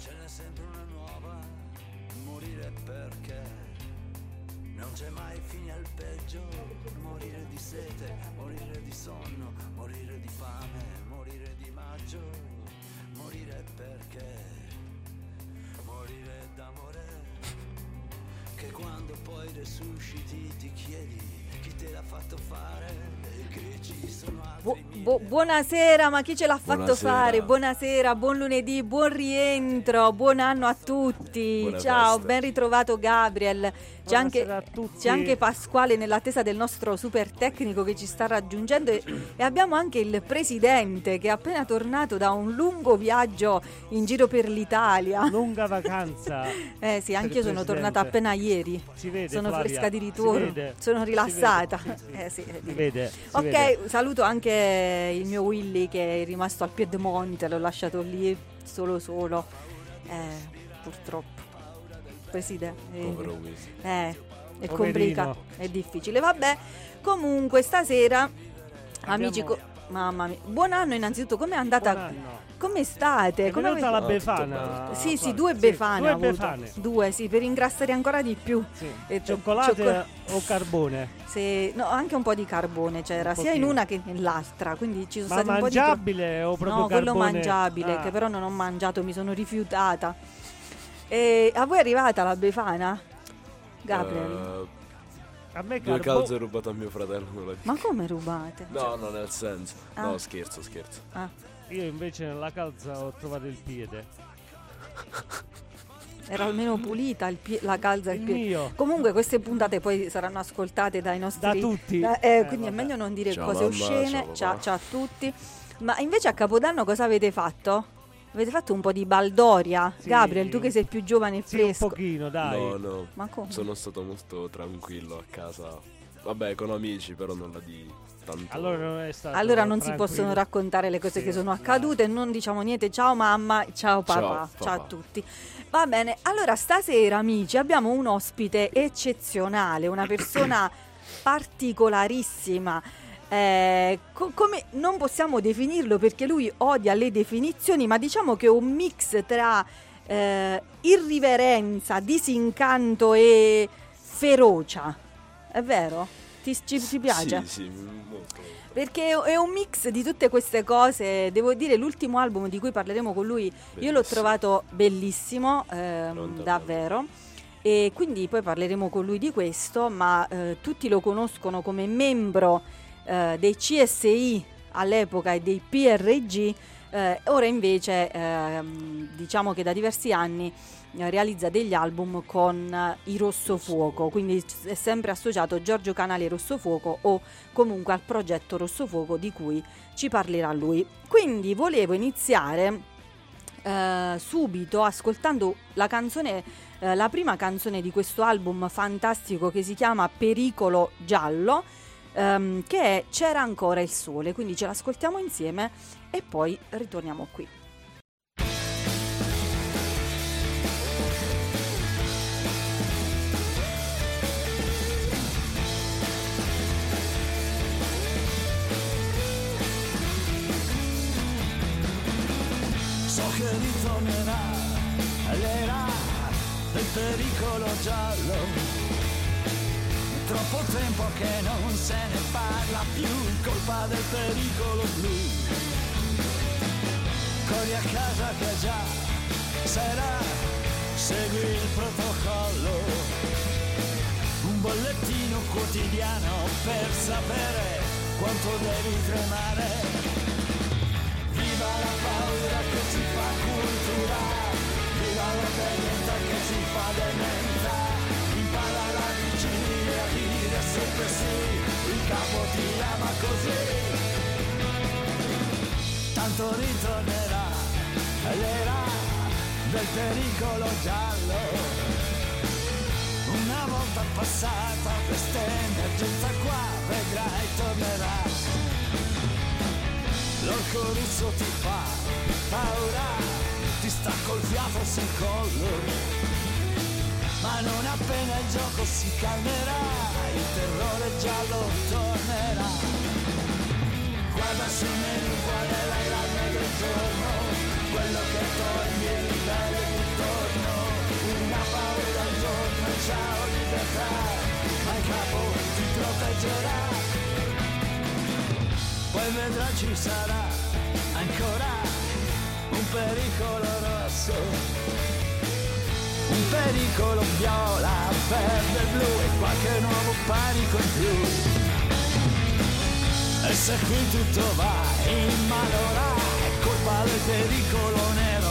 Ce n'è sempre una nuova, morire perché non c'è mai fine al peggio, morire di sete, morire di sonno, morire di fame, morire di maggio, morire perché, morire d'amore, che quando poi resusciti ti chiedi chi te l'ha fatto fare, che ci sono altri buonasera, ma chi ce l'ha fatto Buonasera. fare? Buonasera, buon lunedì, buon rientro, buon anno a tutti. Buone Ciao, feste. ben ritrovato Gabriel. C'è Buonasera a tutti. c'è anche Pasquale nell'attesa del nostro super tecnico che ci sta raggiungendo e abbiamo anche il presidente che è appena tornato da un lungo viaggio in giro per l'Italia. Lunga vacanza. Sì, anch'io sono Presidente. tornata appena ieri. Si vede, Sono Flavia, fresca di si ritorno, vede, sono si rilassata. vede, Sì, si vede, si ok, vede. saluto anche il mio Willy che è rimasto al Piedemonte, l'ho lasciato lì solo. Purtroppo. Presidente. Povero Willy. È Poverino. complicato, è difficile. Vabbè, comunque stasera, amici, Abbiamo- mamma mia, buon anno innanzitutto, com'è andata? Buon anno. Come state? È Come venuta la tutto Befana. Sì, 2 Befane Due ha avuto. Befane. 2, sì, per ingrassare ancora di più. Sì. E Cioccolate o carbone? sì, no, anche un po' di carbone c'era, Un sia in pochino. una che nell'altra, quindi ci sono Ma stati un po' di mangiabile o proprio no, quello carbone? mangiabile, Ah. che però non ho mangiato, mi sono rifiutata. E a voi è arrivata la Befana? Gabriel? A me Due carbo- calze rubate a mio fratello. me l'ha detto. Ma come rubate? No, no, nel senso. Ah. No, scherzo. Ah, Io invece nella calza ho trovato il piede. era almeno pulita la calza e il Il piede. mio. Comunque queste puntate poi saranno ascoltate dai nostri... Da tutti. quindi è vabbè. meglio non dire Ciao, cose mamma, oscene. ciao, papà. Ciao a tutti. Ma invece a Capodanno cosa avete fatto? Avete fatto un po' di baldoria? Sì, Gabriel, tu che sei più giovane e Sì, un fresco. pochino, dai. No. Ma come? Sono stato molto tranquillo a casa. Vabbè, con amici, però nulla di tanto. Allora non è stato Allora non si tranquillo. possono raccontare le cose Sì, che sono esatto. accadute, non diciamo niente, ciao mamma, ciao papà, Ciao, ciao a papà. tutti. Va bene, allora stasera amici abbiamo un ospite eccezionale, una persona particolarissima. Come non possiamo definirlo perché lui odia le definizioni, ma diciamo che è un mix tra irriverenza, disincanto e ferocia. È vero? Ci piace? Sì, molto. Perché è un mix di tutte queste cose. Devo dire, l'ultimo album di cui parleremo con lui, io l'ho Bellissimo. trovato bellissimo, Pronto, davvero. E quindi poi parleremo con lui di questo, ma tutti lo conoscono come membro dei CSI all'epoca e dei PRG. Ora invece diciamo che da diversi anni realizza degli album con i Rossofuoco, quindi è sempre associato Giorgio Canali Rossofuoco o comunque al progetto Rossofuoco di cui ci parlerà lui. Quindi volevo iniziare subito ascoltando la canzone, la prima canzone di questo album fantastico che si chiama Pericolo Giallo, che è C'era ancora il sole, quindi ce l'ascoltiamo insieme e poi ritorniamo qui. So che ritornerà l'era del pericolo giallo. Troppo tempo che non se ne parla più, colpa del pericolo blu. Corri a casa che già sarà, segui il protocollo. Un bollettino quotidiano per sapere quanto devi tremare. Viva la paura che ci fa cultura, viva l'obbedienza che ci fa demenza. Impara la vigilia a dire sempre sì, il capo ti ama così. Tanto ritornerà l'era del pericolo giallo. Una volta passata questa emergenza qua, vedrai tornerà. L'orco russo ti fa paura, ti sta col fiato sul collo, ma non appena il gioco si calmerà, il terrore giallo tornerà. Guarda sul menù qual è la grande del giorno, quello che toglie il livello di giorno, una pausa al giorno, ciao libertà, ma il capo ti proteggerà. Poi vedrà ci sarà ancora un pericolo rosso, un pericolo viola, verde, blu e qualche nuovo panico in più. E se qui tutto va in malora è colpa del pericolo nero.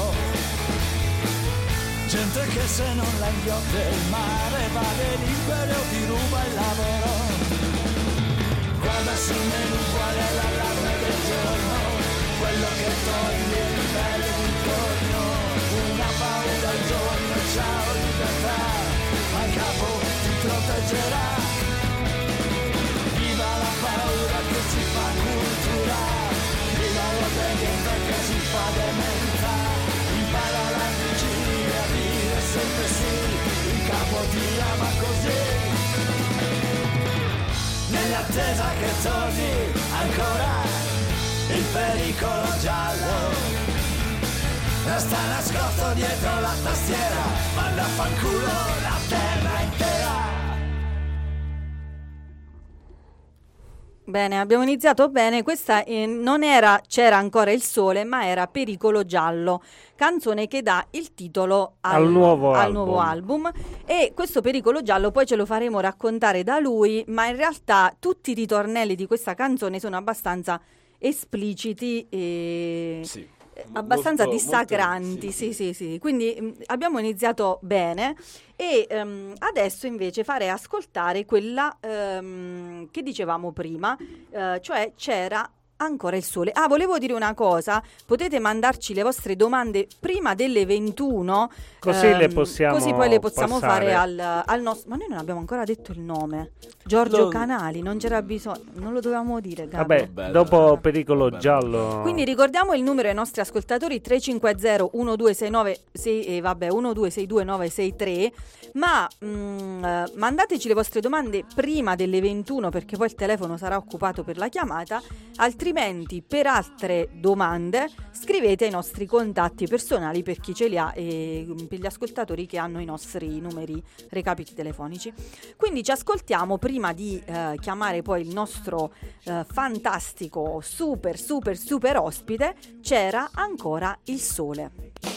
Gente che se non la inghiotte il mare va a delinquere o ti ruba il lavoro. Guarda sul menù qual è l'allarme del giorno, quello che toglie il livello di intorno. Una pausa al giorno, ciao libertà, ma il capo ti proteggerà. Viva la paura che ci fa cultura, viva l'obbedienza che ci fa demenza. Impara la vigilia a dire sempre sì, il capo ti ama così. Nell'attesa che torni ancora il pericolo giallo, resta nascosto dietro la tastiera, manda a fanculo la terra intera. Bene, abbiamo iniziato bene. Questa non era C'era ancora il sole, ma era Pericolo giallo, canzone che dà il titolo al nuovo album. E questo Pericolo giallo poi ce lo faremo raccontare da lui, ma in realtà tutti i ritornelli di questa canzone sono abbastanza espliciti e Sì. abbastanza Molto, dissacranti, sì. Quindi abbiamo iniziato bene e adesso invece farei ascoltare quella che dicevamo prima, cioè C'era ancora il sole. Volevo dire una cosa, potete mandarci le vostre domande prima delle 21, così le possiamo così poi le possiamo passare. fare al nostro, ma noi non abbiamo ancora detto il nome, Giorgio Canali, non c'era bisogno, non lo dovevamo dire, Gabbo. Vabbè, dopo Pericolo giallo. Quindi ricordiamo il numero ai nostri ascoltatori 350 1269 1262963, ma mandateci le vostre domande prima delle 21 perché poi il telefono sarà occupato per la chiamata, altrimenti per altre domande scrivete ai nostri contatti personali per chi ce li ha e per gli ascoltatori che hanno i nostri numeri recapiti telefonici. Quindi ci ascoltiamo prima di chiamare poi il nostro fantastico super ospite. C'era ancora il sole.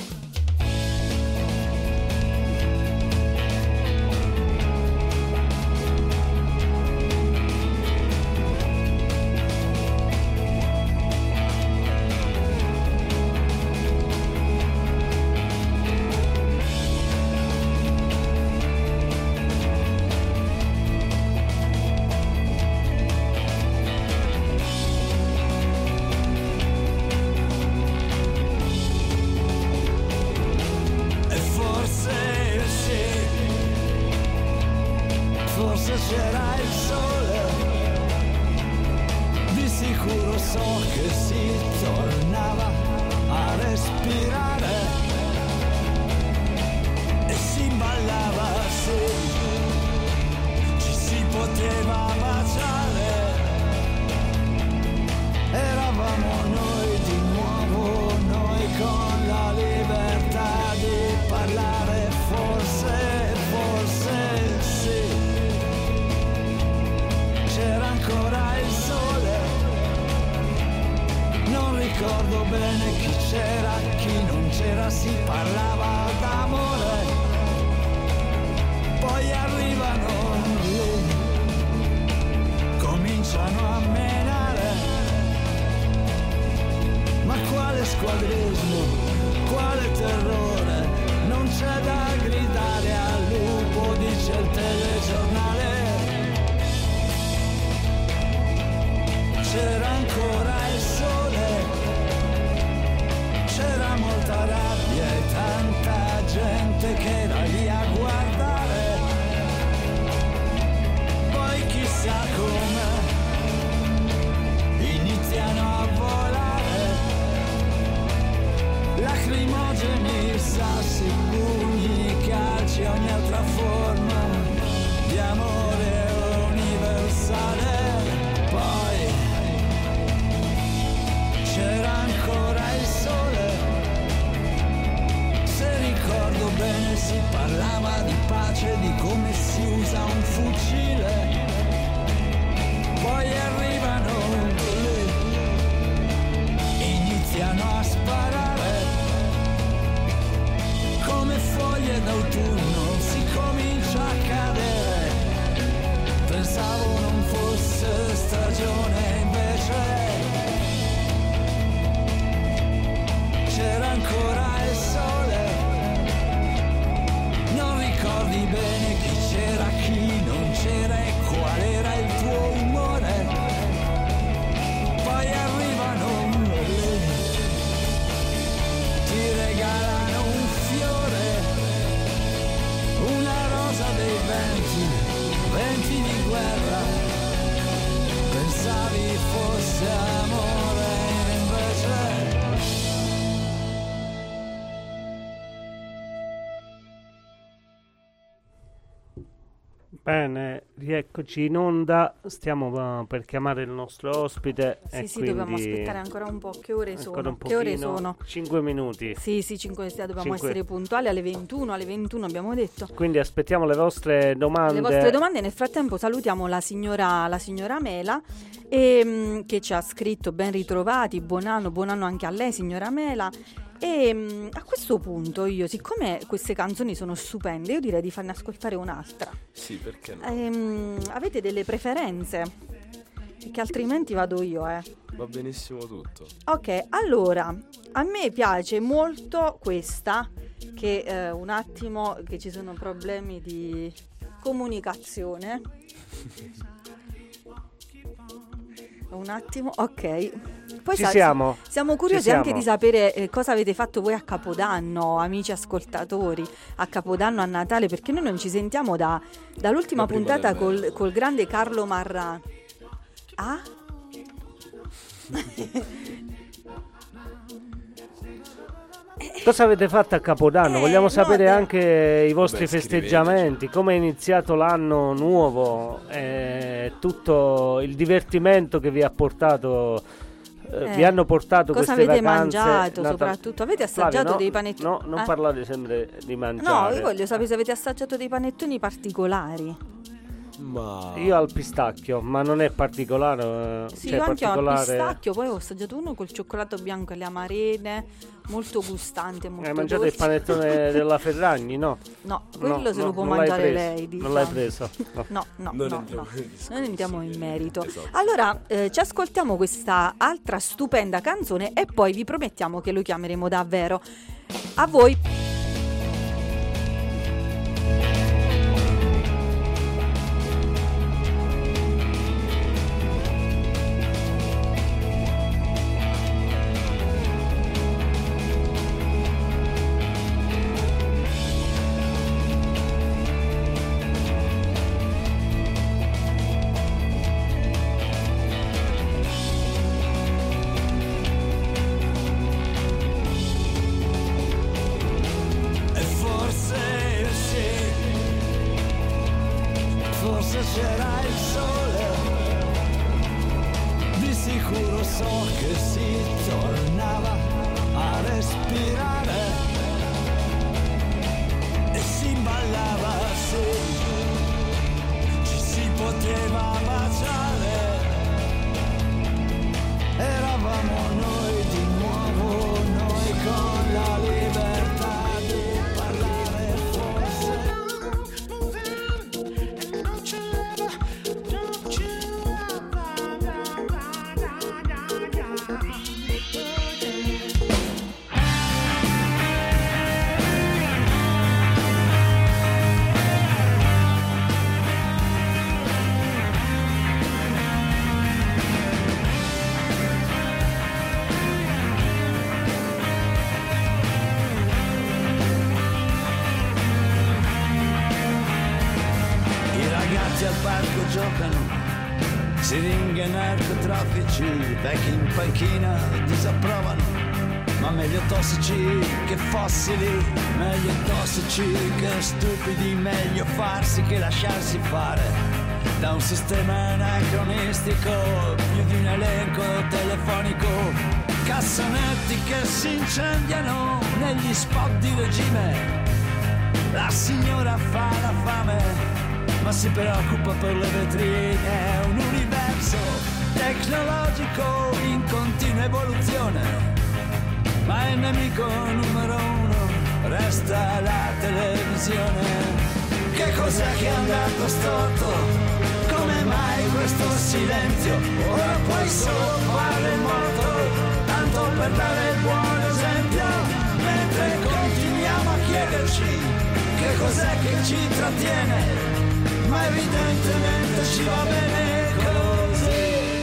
C'era il sole, di sicuro so che si tornava a respirare e si ballava, sì, ci si poteva baciare, eravamo noi di nuovo, noi con la libertà di parlare, forse sì. C'era ancora il sole, non ricordo bene chi c'era, chi non c'era, si parlava d'amore, poi arrivano lì, cominciano a menare, ma quale squadrismo, quale terrore, non c'è da gridare al lupo, dice il telegiornale. C'era ancora il sole, c'era molta rabbia e tanta gente che era lì a guardare, poi chissà come iniziano a volare, lacrimogeni, sassi, pugni, calci, ogni altra forma di amore universale. C'era ancora il sole, se ricordo si parlava di pace, di come si usa un fucile. Poi arrivano lì, iniziano a sparare come foglie d'autunno, si comincia a cadere. Pensavo non fosse stagione, invece c'era ancora il sole. Non ricordi bene chi c'era, chi non c'era e qual era il tuo umore. Poi arrivano lì, ti regalano un fiore, una rosa dei venti di guerra. Pensavi fosse amore, invece. Bene, rieccoci in onda, stiamo per chiamare il nostro ospite. Sì, e sì, quindi dobbiamo aspettare ancora un po'. Che ore sono? Che ore sono? 5 minuti. Sì, 5, dobbiamo essere puntuali alle 21 abbiamo detto. Quindi aspettiamo le vostre domande. Le vostre domande. Nel frattempo salutiamo la signora Mela che ci ha scritto ben ritrovati, buon anno anche a lei signora Mela. E a questo punto io, siccome queste canzoni sono stupende, io direi di farne ascoltare un'altra. Sì, perché no? Avete delle preferenze? Perché altrimenti vado io, Va benissimo tutto. Ok, allora, a me piace molto questa, che un attimo, che ci sono problemi di comunicazione. Un attimo, ok. Poi siamo curiosi anche di sapere cosa avete fatto voi a Capodanno, amici ascoltatori, a Capodanno, a Natale, perché noi non ci sentiamo dall'ultima puntata col grande Carlo Marrani. Ah? Cosa avete fatto a Capodanno? Vogliamo sapere anche i vostri festeggiamenti, come è iniziato l'anno nuovo, tutto il divertimento che vi ha portato. Vi hanno portato cosa queste avete vacanze mangiato soprattutto? Avete assaggiato Flavio, dei panettoni? No, non parlate sempre di mangiare. No, io voglio sapere se avete assaggiato dei panettoni particolari. Ma io al pistacchio, ma non è particolare. Sì, io anche al pistacchio, poi ho assaggiato uno col cioccolato bianco e le amarene, molto gustante, molto Hai mangiato dolce. il panettone della Ferragni, no? No, quello se lo può mangiare lei. Non l'hai preso? No. Non entriamo in merito. Esatto. Allora, ci ascoltiamo questa altra stupenda canzone e poi vi promettiamo che lo chiameremo davvero. A voi. C'era il sole, di sicuro so che si tornava a respirare e si ballava, sì, ci si poteva baciare, eravamo noi di nuovo, noi con la libertà di parlare forse. Al parco giocano, siringhe narcotraffici, vecchi in panchina disapprovano, ma meglio tossici che fossili, meglio tossici che stupidi, meglio farsi che lasciarsi fare da un sistema anacronistico, più di un elenco telefonico, cassonetti che si incendiano negli spot di regime, La signora fa la fame, ma si preoccupa per le vetrine. È un universo tecnologico in continua evoluzione, ma il nemico numero uno resta la televisione. Che cos'è che è andato storto? Come mai questo silenzio? Ora puoi solo fare il morto, tanto per dare il buon esempio, mentre continuiamo a chiederci che cos'è che ci trattiene, ma evidentemente ci va bene così.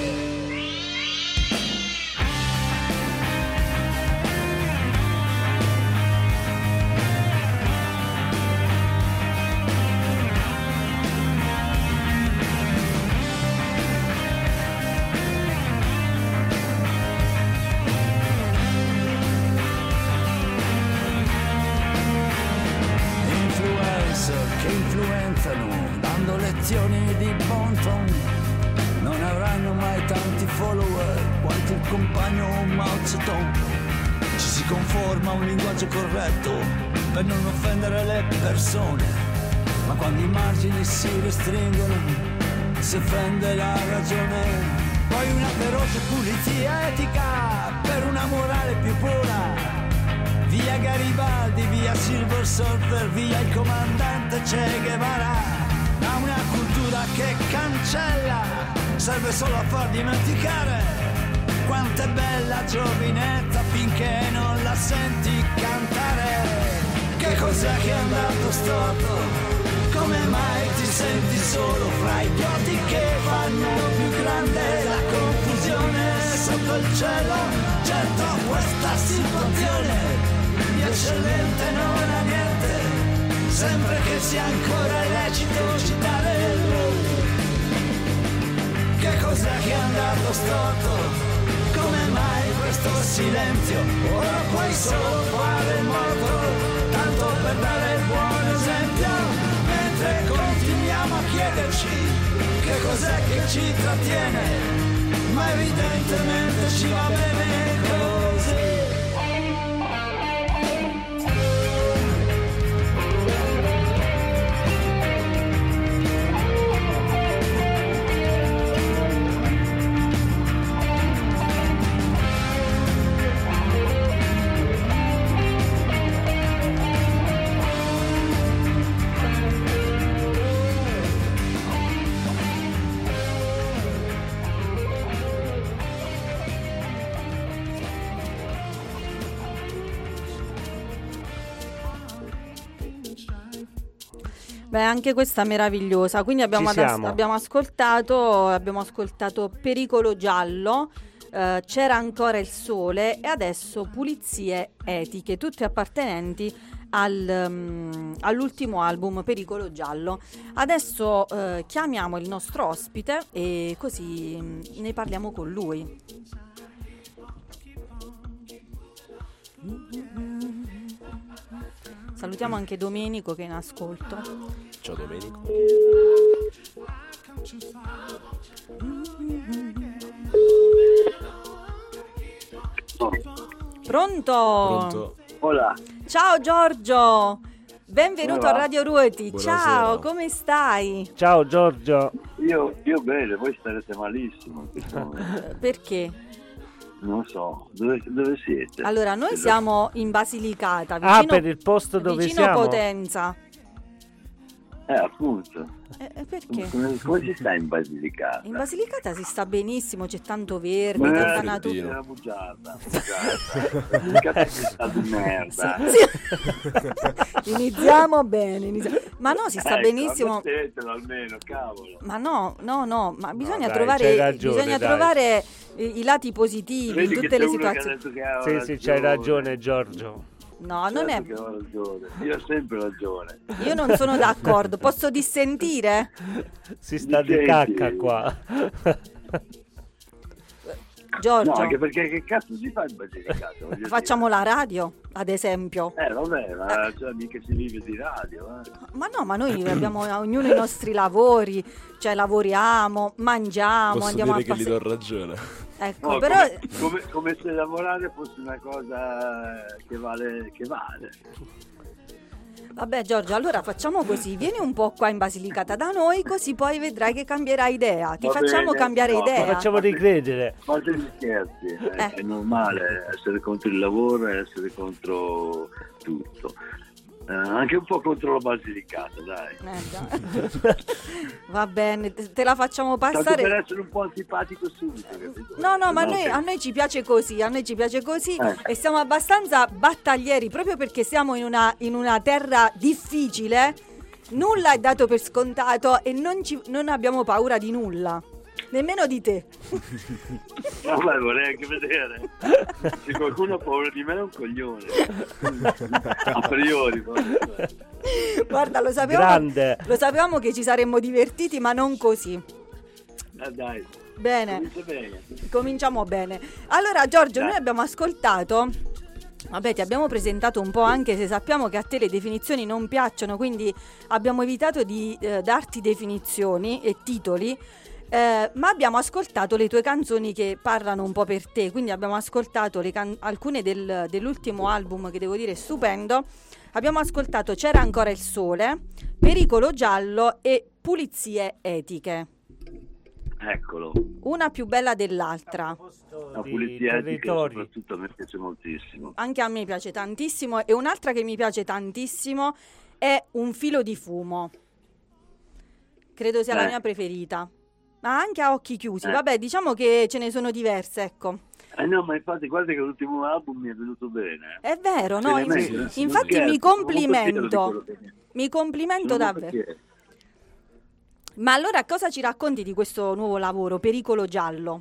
Che influenzano dando lezioni di bon ton, non avranno mai tanti follower quanto il compagno Mao Zedong. Ci si conforma a un linguaggio corretto per non offendere le persone, ma quando i margini si restringono si offende la ragione. Poi una feroce pulizia etica per una morale più pura. Via Garibaldi, via Silver Surfer, via il comandante Che Guevara. Da una cultura che cancella, serve solo a far dimenticare quanto è bella giovinezza finché non la senti cantare. Che cos'è che è andato storto? Come mai ti senti solo fra idioti che fanno più grande la confusione sotto il cielo? Certo questa situazione di eccellente non ha niente, sempre che sia ancora lecito citare il blu. Che cos'è che è andato storto? Come mai questo silenzio? Ora puoi solo fare il morto, tanto per dare il buon esempio, mentre continuiamo a chiederci che cos'è che ci trattiene, ma evidentemente ci va bene così. Beh, anche questa meravigliosa. Quindi abbiamo ascoltato Pericolo giallo, C'era ancora il sole e adesso Pulizie etiche, tutte appartenenti all'ultimo album Pericolo giallo. Adesso chiamiamo il nostro ospite e così ne parliamo con lui. Salutiamo anche Domenico che è in ascolto. Ciao Domenico. Pronto? Hola. Ciao Giorgio, benvenuto a Radio Ruoti. Buonasera. Ciao, come stai? Ciao Giorgio. Io bene, voi starete malissimo in questo momento. Perché? Non so, dove siete? Allora, noi siamo in Basilicata, Per il posto dove vicino siamo? Potenza. Appunto. Perché? Come si sta in Basilicata? In Basilicata si sta benissimo, c'è tanto verde, tanta natura. È una bugiarda. Basilicata è sta di merda. Sì. Iniziamo bene. Ma no, si sta benissimo. Ammettetelo almeno, cavolo. Ma no, ma bisogna dai, trovare, c'hai ragione, dai. trovare i lati positivi Vedi in che tutte c'è le uno che ha situazioni. detto che aveva Sì, c'hai ragione Giorgio. No, non è. Certo che ho ragione. Io ho sempre ragione. Io non sono d'accordo. Posso dissentire? Si sta di Dissenti. cacca qua. Giorgio, No, anche perché che cazzo si fa in Basilicata? Voglio facciamo la radio, ad esempio. dire. Vabbè, ma cioè, mica si vive di radio, Ma no, ma noi abbiamo ognuno i nostri lavori, cioè lavoriamo, mangiamo, Posso andiamo dire a che gli do ragione. Ecco, No, però come se lavorare fosse una cosa che vale. Vabbè Giorgio, allora facciamo così, vieni un po' qua in Basilicata da noi, così poi vedrai che cambierai idea, ti Va facciamo bene, cambiare no, idea. Lo facciamo ricredere. Ma se gli scherzi, è normale essere contro il lavoro e essere contro tutto. Anche un po' contro la Basilicata, dai. Già. Va bene, te la facciamo Tanto passare. per essere un po' antipatico subito, capito? No, ma che- a noi ci piace così, e siamo abbastanza battaglieri proprio perché siamo in una terra difficile, nulla è dato per scontato e non abbiamo paura di nulla, nemmeno di te. Vabbè, vorrei anche vedere. Se qualcuno ha paura di me è un coglione. A priori. Guarda, lo Grande. sapevamo che ci saremmo divertiti, ma non così. Dai. Bene. Comincia bene. Cominciamo bene. Allora Giorgio, Dai. noi abbiamo ascoltato, vabbè, ti abbiamo presentato un po', anche se sappiamo che a te le definizioni non piacciono, quindi abbiamo evitato di darti definizioni e titoli, ma abbiamo ascoltato le tue canzoni che parlano un po' per te, quindi abbiamo ascoltato alcune dell'ultimo album, che devo dire è stupendo. Abbiamo ascoltato C'era ancora il sole, Pericolo giallo e Pulizie etiche. Eccolo. Una più bella dell'altra. La Di pulizia etica territori. soprattutto a me piace moltissimo. Anche a me piace tantissimo, e un'altra che mi piace tantissimo è Un filo di fumo. Credo sia la mia preferita. Ma anche a occhi chiusi. Vabbè, diciamo che ce ne sono diverse, ecco. No, ma infatti guarda che l'ultimo album mi è venuto bene. È vero, no? Ce n'è meglio, non Infatti scherzo, mi sono molto fiero di complimento. quello che- Mi complimento sono molto davvero. fiero. Ma allora cosa ci racconti di questo nuovo lavoro, Pericolo giallo?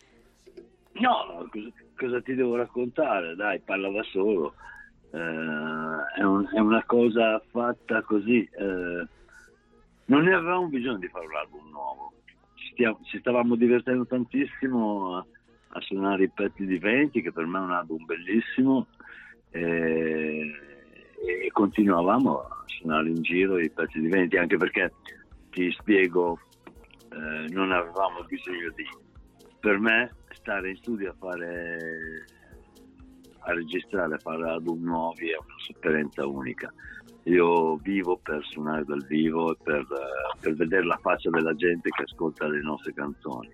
No, cosa ti devo raccontare? Dai, parla da solo. È una cosa fatta così. Non ne avevamo bisogno di fare un album nuovo. Ci stavamo divertendo tantissimo a suonare i pezzi di Venti, che per me è un album bellissimo, e continuavamo a suonare in giro i pezzi di Venti, anche perché, ti spiego, non avevamo bisogno per me stare in studio a registrare, a fare album nuovi è una sofferenza unica. Io vivo per suonare dal vivo e per vedere la faccia della gente che ascolta le nostre canzoni.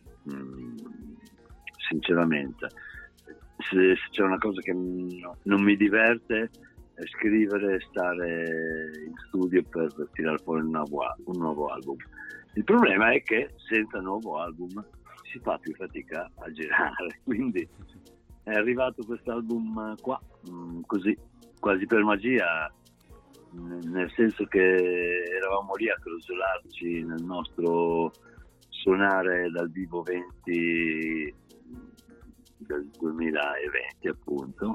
Sinceramente, se c'è una cosa che non mi diverte è scrivere e stare in studio per tirare fuori un nuovo album. Il problema è che senza nuovo album si fa più fatica a girare, quindi è arrivato quest'album qua, così, quasi per magia, nel senso che eravamo lì a crosolarci nel nostro suonare dal vivo 20 del 2020, appunto,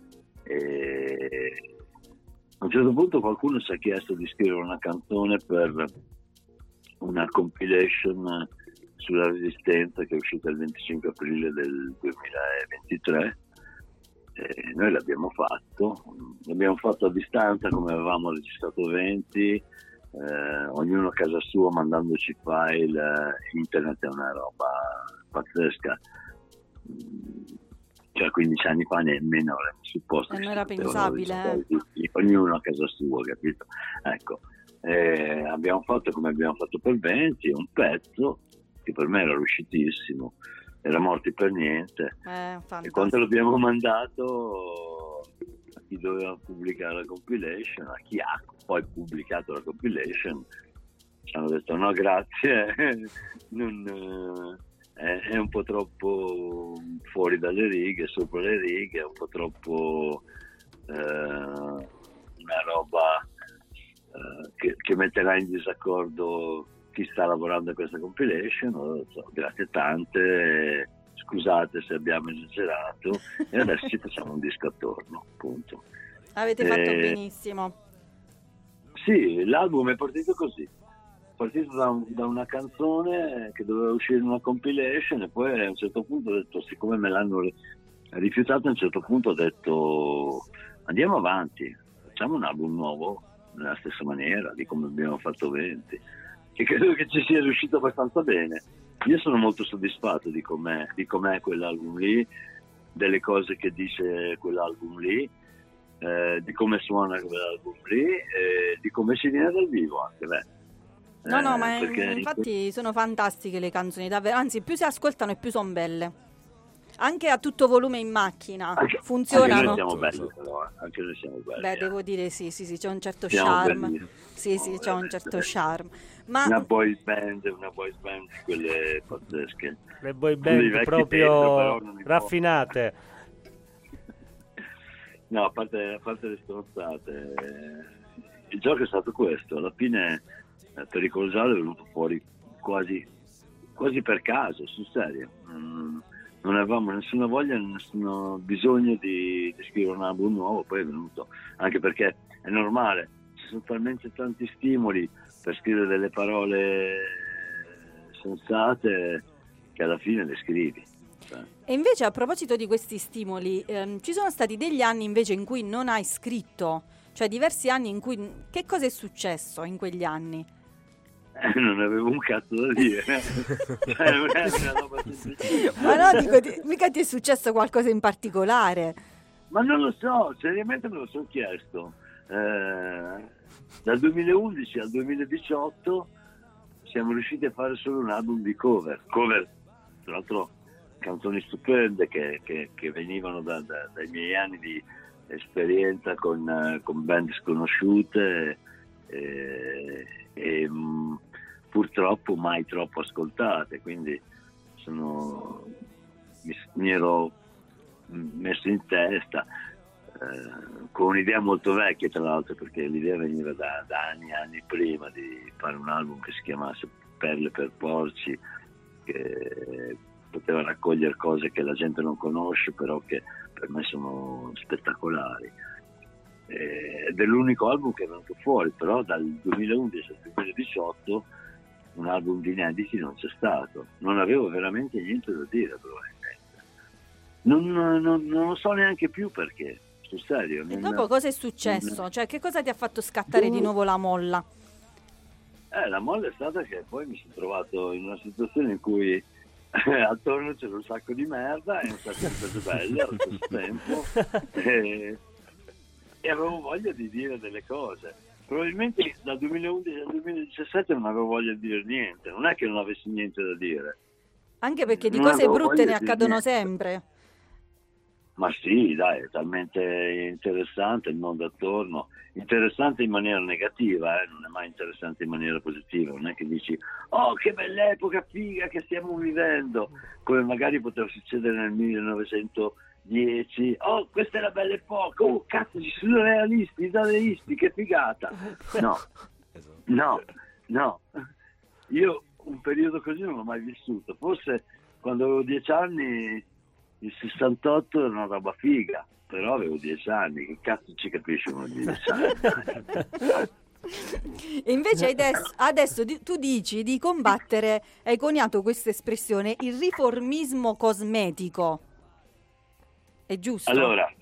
e a un certo punto qualcuno ci ha chiesto di scrivere una canzone per una compilation sulla Resistenza che è uscita il 25 aprile del 2023. Noi l'abbiamo fatto a distanza, come avevamo registrato 20, ognuno a casa sua mandandoci file. Internet è una roba pazzesca, cioè 15 anni fa nemmeno avremmo supposto Non che era si potevano pensabile, registrare tutti, ognuno a casa sua, capito? Ecco, abbiamo fatto come abbiamo fatto per 20, un pezzo che per me era riuscitissimo, era Morti per niente, e quando l'abbiamo mandato a chi doveva pubblicare la compilation, a chi ha poi pubblicato la compilation, ci hanno detto no grazie, è un po' troppo fuori dalle righe, sopra le righe, è un po' troppo una roba che metterà in disaccordo chi sta lavorando a questa compilation. Grazie tante, scusate se abbiamo esagerato, e adesso ci facciamo un disco attorno, appunto. Avete fatto benissimo. Sì, l'album è partito così, da una canzone che doveva uscire in una compilation, e poi a un certo punto ho detto, siccome me l'hanno rifiutato, a un certo punto ho detto andiamo avanti, facciamo un album nuovo nella stessa maniera di come abbiamo fatto 20, e credo che ci sia riuscito abbastanza bene. Io sono molto soddisfatto di com'è quell'album lì, delle cose che dice quell'album lì, di come suona quell'album lì e di come si viene dal vivo anche, beh. No, ma perché infatti sono fantastiche le canzoni, davvero, anzi più si ascoltano e più sono belle. Anche a tutto volume in macchina funzionano. Anche noi siamo belli, però, anche noi siamo belli. Beh, devo dire sì, c'è un certo Siamo charme. bellissimi. Sì, c'è un certo charme. Ma Una boys band di quelle pazzesche. Le boy Dei band vecchi proprio tempo, però non li può. raffinate. No, a parte le stronzate, il gioco è stato questo. Alla fine Pericoloso è venuto fuori quasi per caso, sul serio. Non avevamo nessuna voglia, nessun bisogno di scrivere un album nuovo, poi è venuto, anche perché è normale, ci sono talmente tanti stimoli per scrivere delle parole sensate che alla fine le scrivi. e invece a proposito di questi stimoli, ci sono stati degli anni invece in cui non hai scritto, cioè diversi anni in cui che cosa è successo in quegli anni? Non avevo un cazzo da dire. Ma no, dico, mica ti è successo qualcosa in particolare? Ma non lo so, seriamente me lo sono chiesto. Dal 2011 al 2018 siamo riusciti a fare solo un album di cover, tra l'altro canzoni stupende che venivano dai miei anni di esperienza con band sconosciute e purtroppo mai troppo ascoltate, quindi mi ero messo in testa con un'idea molto vecchia, tra l'altro, perché l'idea veniva da anni prima di fare un album che si chiamasse Perle per porci, che poteva raccogliere cose che la gente non conosce, però che per me sono spettacolari. Ed è l'unico album che è venuto fuori, però dal 2011 al 2018 un album di inediti non c'è stato. Non avevo veramente niente da dire, probabilmente. Non lo so neanche più perché, sul serio. E dopo cosa è successo? Cioè, che cosa ti ha fatto scattare di nuovo la molla? La molla è stata che poi mi sono trovato in una situazione in cui attorno c'era un sacco di merda e un sacco di cose belle allo stesso tempo e avevo voglia di dire delle cose. Probabilmente dal 2011 al 2017 non avevo voglia di dire niente, non è che non avessi niente da dire. Anche perché di Non cose avevo brutte voglia ne di accadono niente. sempre. Ma sì, dai, è talmente interessante il mondo attorno, interessante in maniera negativa, non è mai interessante in maniera positiva, non è che dici oh che bella epoca figa che stiamo vivendo, come magari poteva succedere nel 1910, oh questa è la bella epoca, oh cazzo ci sono realisti, idealisti, che figata. No, io un periodo così non l'ho mai vissuto, forse quando avevo 10 anni il 68 era una roba figa, però avevo 10 anni, che cazzo ci capisci uno di 10 anni? E invece adesso tu dici di combattere, hai coniato questa espressione, il riformismo cosmetico. È giusto? Allora,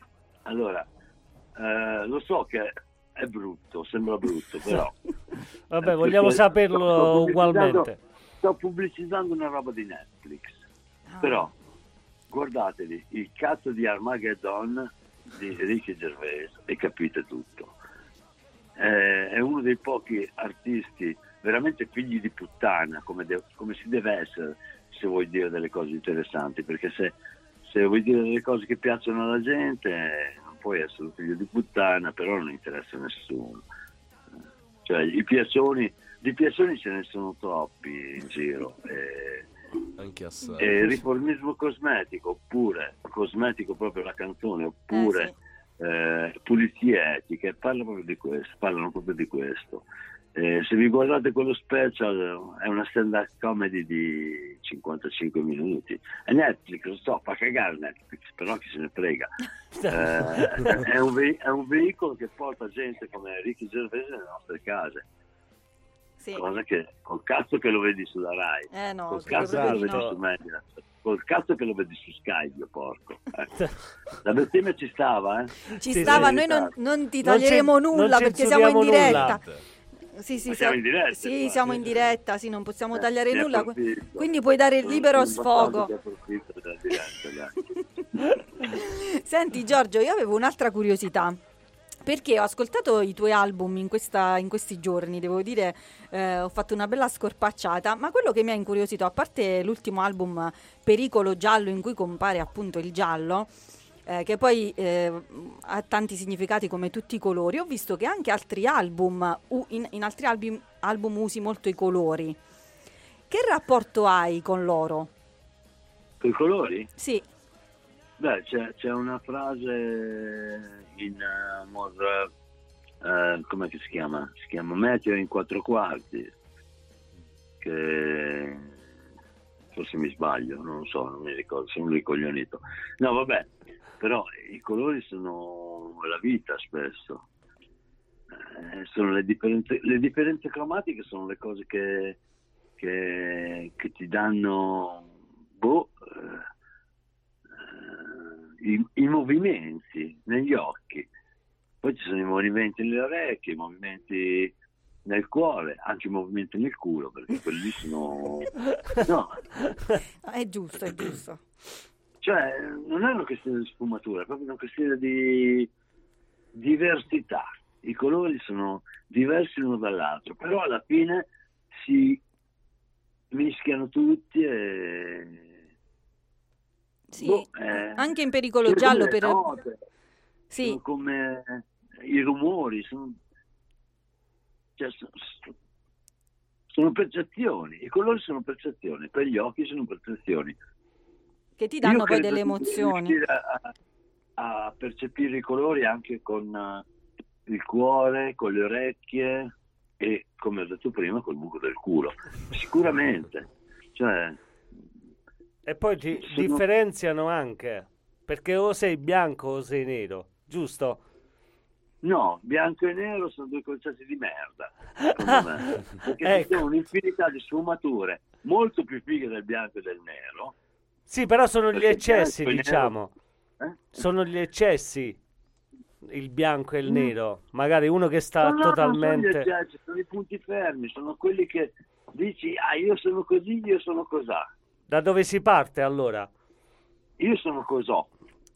lo so che è brutto, sembra brutto, però... Vabbè, vogliamo saperlo ugualmente. Sto pubblicizzando una roba di Netflix, però guardatevi il cazzo di Armageddon di Ricky Gervais e capite tutto. È uno dei pochi artisti veramente figli di puttana, come si deve essere se vuoi dire delle cose interessanti, perché se vuoi dire delle cose che piacciono alla gente non puoi essere un figlio di puttana, però non interessa a nessuno. Cioè di piacioni ce ne sono troppi in giro. Anche assai. Riformismo cosmetico, oppure cosmetico proprio la canzone, oppure pulizie etiche, parlano proprio di questo. Se vi guardate quello special è una stand-up comedy di 55 minuti. È Netflix, lo so, fa cagare Netflix, però chi se ne frega. È un veicolo che porta gente come Ricky Gervais nelle nostre case. Sì. Cosa che col cazzo che lo vedi sulla Rai, No, col cazzo che lo vedi no. su Media, col cazzo che lo vedi su Sky, io porco. La bestemmia ci stava, Ci Sì, stava, sì, noi sì. non ti taglieremo non nulla perché siamo in censuriamo diretta. nulla. Sì, Ma siamo in diretta, sì, infatti. siamo in diretta, sì, non possiamo tagliare ne nulla, approfitto. quindi puoi dare il libero Sono sfogo. che approfitto della diretta, dai. Senti Giorgio, io avevo un'altra curiosità. perché ho ascoltato i tuoi album in questi giorni, devo dire, ho fatto una bella scorpacciata, ma quello che mi ha incuriosito, a parte l'ultimo album Pericolo Giallo, in cui compare appunto il giallo, che poi ha tanti significati come tutti i colori, ho visto che anche altri album, in altri album usi molto i colori. Che rapporto hai con loro? Con i colori? Sì. Beh, c'è una frase in com'è che si chiama? Si chiama Meteo in 4/4, che forse mi sbaglio, non lo so, non mi ricordo, sono ricoglionito. No, vabbè, però i colori sono la vita spesso. Sono le differenze cromatiche sono le cose che ti danno i movimenti negli occhi. Poi ci sono i movimenti nelle orecchie, i movimenti nel cuore, anche i movimenti nel culo, perché quelli sono... No. È giusto. Cioè, non è una questione di sfumatura, è proprio una questione di diversità. I colori sono diversi l'uno dall'altro, però alla fine si mischiano tutti e... Sì, anche in Pericolo Giallo per... note, sì. sono come i rumori, sono percezioni, i colori sono percezioni, per gli occhi sono percezioni. Che ti danno poi delle emozioni. A percepire i colori anche con il cuore, con le orecchie e, come ho detto prima, col buco del culo. Sicuramente. Cioè, e poi ti differenziano anche, perché o sei bianco o sei nero, giusto? No, bianco e nero sono due concetti di merda, secondo me. Perché ci sono un'infinità di sfumature molto più fighe del bianco e del nero. Sì, però sono gli eccessi, diciamo. Nero... Sono gli eccessi, il bianco e il nero. Magari uno che sta totalmente... Non sono gli eccessi, sono i punti fermi, sono quelli che dici, io sono così, io sono cosà. Da dove si parte allora? Io sono cosò.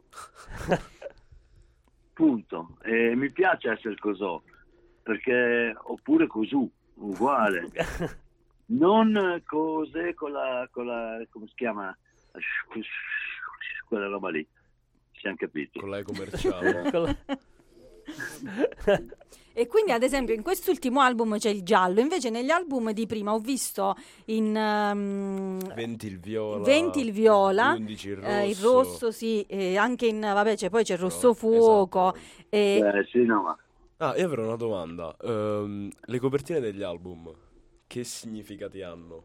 Punto. E mi piace essere cosò, perché oppure cosù, uguale. Non cose con la come si chiama? Quella roba lì. Siamo capiti. Con la commerciale. E quindi ad esempio in quest'ultimo album c'è il giallo, invece negli album di prima ho visto in 20 il viola, 11 il rosso, sì, e anche c'è il rosso fuoco. Esatto. Sì, no, ma... io avrò una domanda. Le copertine degli album, che significati hanno?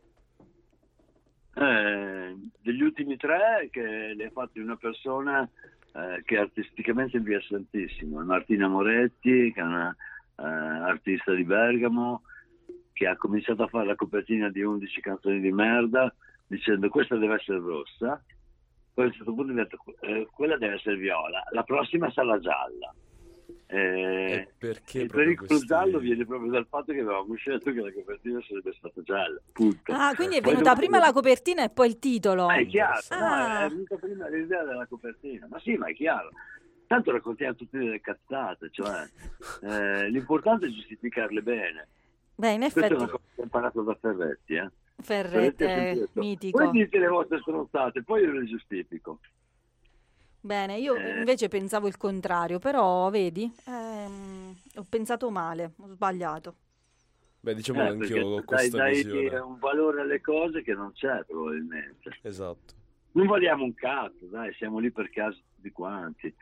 Degli ultimi 3 che le ha fatti una persona che artisticamente è interessantissima, Martina Moretti, che è una artista di Bergamo, che ha cominciato a fare la copertina di 11 canzoni di merda dicendo questa deve essere rossa, poi a un certo punto ha detto quella deve essere viola, la prossima sarà gialla. Perché il pericolo giallo viene proprio dal fatto che avevamo scelto che la copertina sarebbe stata gialla, punto. Quindi è venuta prima la copertina e poi il titolo. È chiaro, è venuta prima l'idea della copertina, ma sì, ma è chiaro, tanto raccontiamo tutte delle cazzate, cioè l'importante è giustificarle bene. Beh, in effetti questa è una cosa che ho imparato da Ferretti, Ferretti è mitico. Voi dite le vostre stronzate, poi io le giustifico. Bene, io invece pensavo il contrario, però vedi, ho pensato male, ho sbagliato. Beh, diciamo anch'io ho questa visione. Dai un valore alle cose che non c'è probabilmente. Esatto. Non valiamo un cazzo, dai, siamo lì per caso tutti quanti.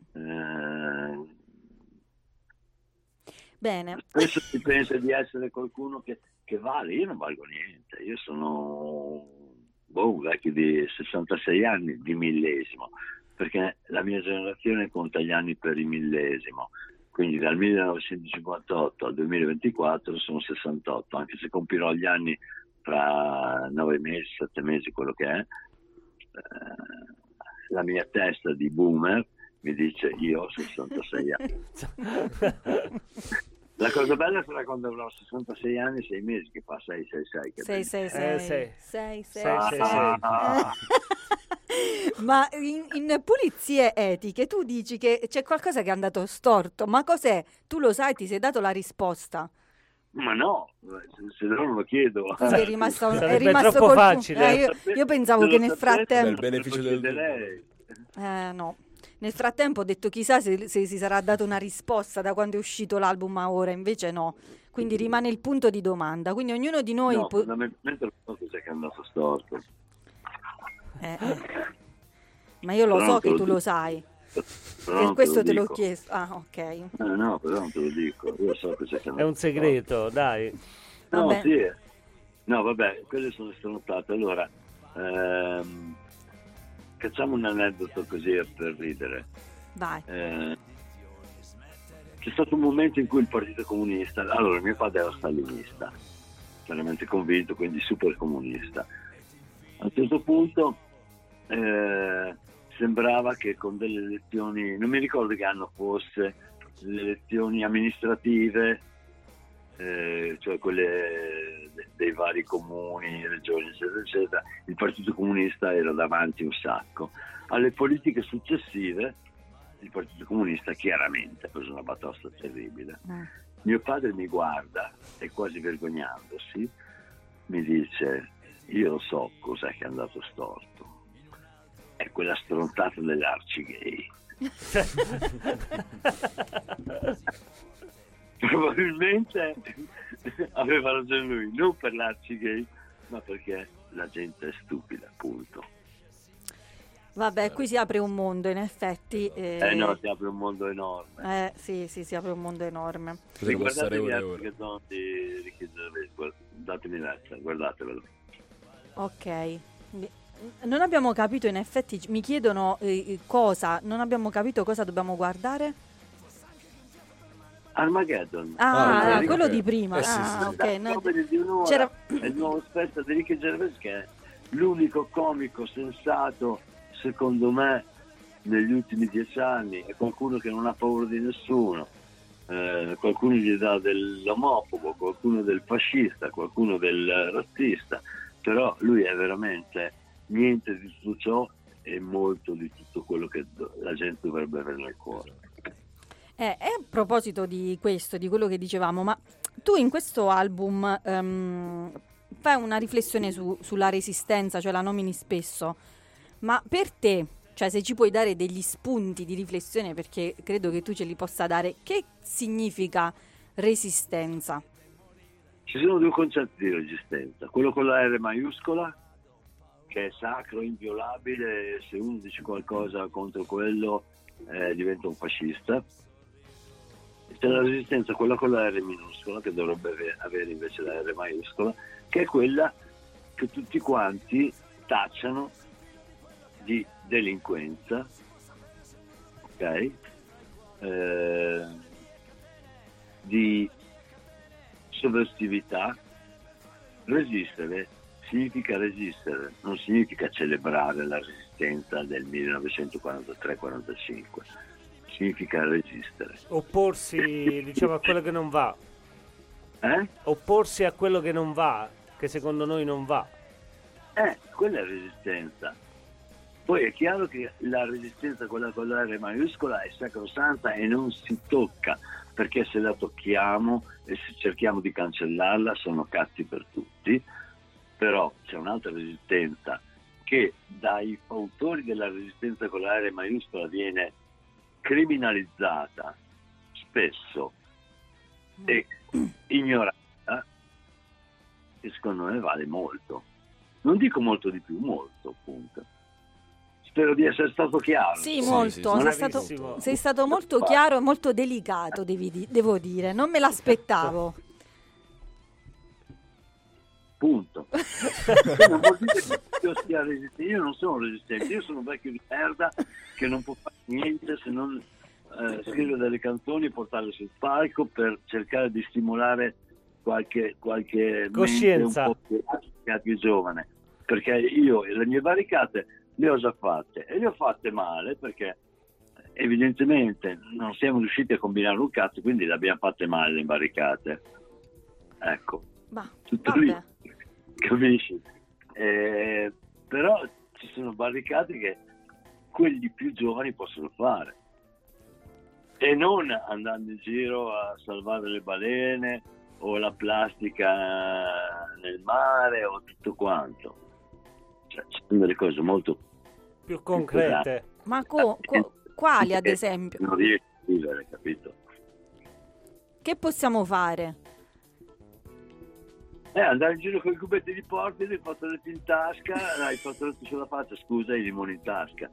Bene. Spesso si pensa di essere qualcuno che vale, io non valgo niente, io sono un vecchio di 66 anni, di millesimo, perché la mia generazione conta gli anni per il millesimo, quindi dal 1958 al 2024 sono 68, anche se compirò gli anni fra 9 mesi, 7 mesi, quello che è. La mia testa di boomer mi dice io ho 66 anni. La cosa bella sarà quando avrò 66 anni e 6 mesi, che fa 666. 666. Ma in pulizie etiche tu dici che c'è qualcosa che è andato storto, ma cos'è? Tu lo sai, ti sei dato la risposta. Ma no, se no non lo chiedo. Sì, è rimasto Sarebbe troppo col facile. io pensavo Se che lo nel sapete, frattempo... il beneficio del chiede dubbio. lei. No. Nel frattempo ho detto chissà se si sarà dato una risposta da quando è uscito l'album a ora, invece no. Quindi rimane il punto di domanda. Quindi ognuno di noi... No, fondamentalmente non so cos'è che è andato storto. Ma io lo Però so non te che lo tu dico. lo sai. Però Per non questo te l'ho dico. chiesto. Ah, ok. No, però non te lo dico. Io so cos'è che è È andato un segreto, dai. storto. No, Vabbè. sì. No, vabbè, quelle sono strontate. Allora, facciamo un aneddoto così per ridere. Vai. C'è stato un momento in cui il Partito Comunista, allora mio padre era stalinista, veramente convinto, quindi super comunista. A un certo punto sembrava che con delle elezioni, non mi ricordo che anno fosse, le elezioni amministrative, cioè quelle dei vari comuni, regioni, eccetera, eccetera, il Partito Comunista era davanti un sacco. Alle politiche successive il Partito Comunista chiaramente ha preso una batosta terribile. Mio padre mi guarda e quasi vergognandosi mi dice: io lo so cos'è che è andato storto, è quella strontata delle arci gay. Probabilmente aveva ragione lui, non per l'arci gay, ma perché la gente è stupida, appunto. Vabbè, qui si apre un mondo, in effetti. No, si apre un mondo enorme. Sì, si apre un mondo enorme. Potremmo stare Guardatevi ore e altri ore. che sono di Ricky Gervais, datemi retta, guardatevelo. Ok. Non abbiamo capito, in effetti, mi chiedono cosa, non abbiamo capito cosa dobbiamo guardare. Armageddon. Ah, ok, quello ok. di prima. Sì, sì, Ah, sì. ok. No, Di un'ora, c'era... è il nuovo spettro di Ricky Gervais, che è l'unico comico sensato, secondo me, negli ultimi 10 anni. È qualcuno che non ha paura di nessuno, qualcuno gli dà dell'omofobo, qualcuno del fascista, qualcuno del razzista, però lui è veramente niente di tutto ciò e molto di tutto quello che la gente dovrebbe avere nel cuore. E a proposito di questo, di quello che dicevamo, ma tu in questo album fai una riflessione sulla resistenza, cioè la nomini spesso, ma per te, cioè se ci puoi dare degli spunti di riflessione, perché credo che tu ce li possa dare, che significa resistenza? Ci sono due concetti di resistenza, quello con la R maiuscola, che è sacro, inviolabile, se uno dice qualcosa contro quello diventa un fascista. C'è la resistenza, quella con la R minuscola, che dovrebbe avere invece la R maiuscola, che è quella che tutti quanti tacciano di delinquenza, ok? Di sovversività. Resistere significa resistere, non significa celebrare la resistenza del 1943-45, significa resistere. Opporsi, diciamo, a quello che non va. Opporsi a quello che non va, che secondo noi non va. Quella è resistenza. Poi è chiaro che la resistenza, quella con la R maiuscola, è sacrosanta e non si tocca, perché se la tocchiamo e se cerchiamo di cancellarla sono cazzi per tutti. Però c'è un'altra resistenza che dai autori della resistenza con la R maiuscola viene criminalizzata spesso e ignorata, che secondo me vale molto. Non dico molto di più, molto, appunto. Spero di essere stato chiaro. Sì, Sì, molto. sì, Sei stato molto chiaro e molto delicato, devo dire. Non me l'aspettavo. Punto. Non vuol dire che io sia resistente. Io non sono resistente, io sono un vecchio di merda che non può fare niente se non scrivere delle canzoni e portarle sul palco per cercare di stimolare qualche coscienza, mente un po' più giovane, perché io le mie barricate le ho già fatte e le ho fatte male, perché evidentemente non siamo riusciti a combinare un cazzo, quindi le abbiamo fatte male le barricate, ecco, tutto lì, capisci? Però ci sono barricate che quelli più giovani possono fare, e non andando in giro a salvare le balene o la plastica nel mare o tutto quanto. Cioè, ci sono delle cose molto più concrete. Ma quali, ad esempio? Non riesci a vivere, capito? Che possiamo fare? Andare in giro con i cubetti di porpidi, i fazzoletti in tasca, i fazzoletti sulla faccia, scusa, i limoni in tasca.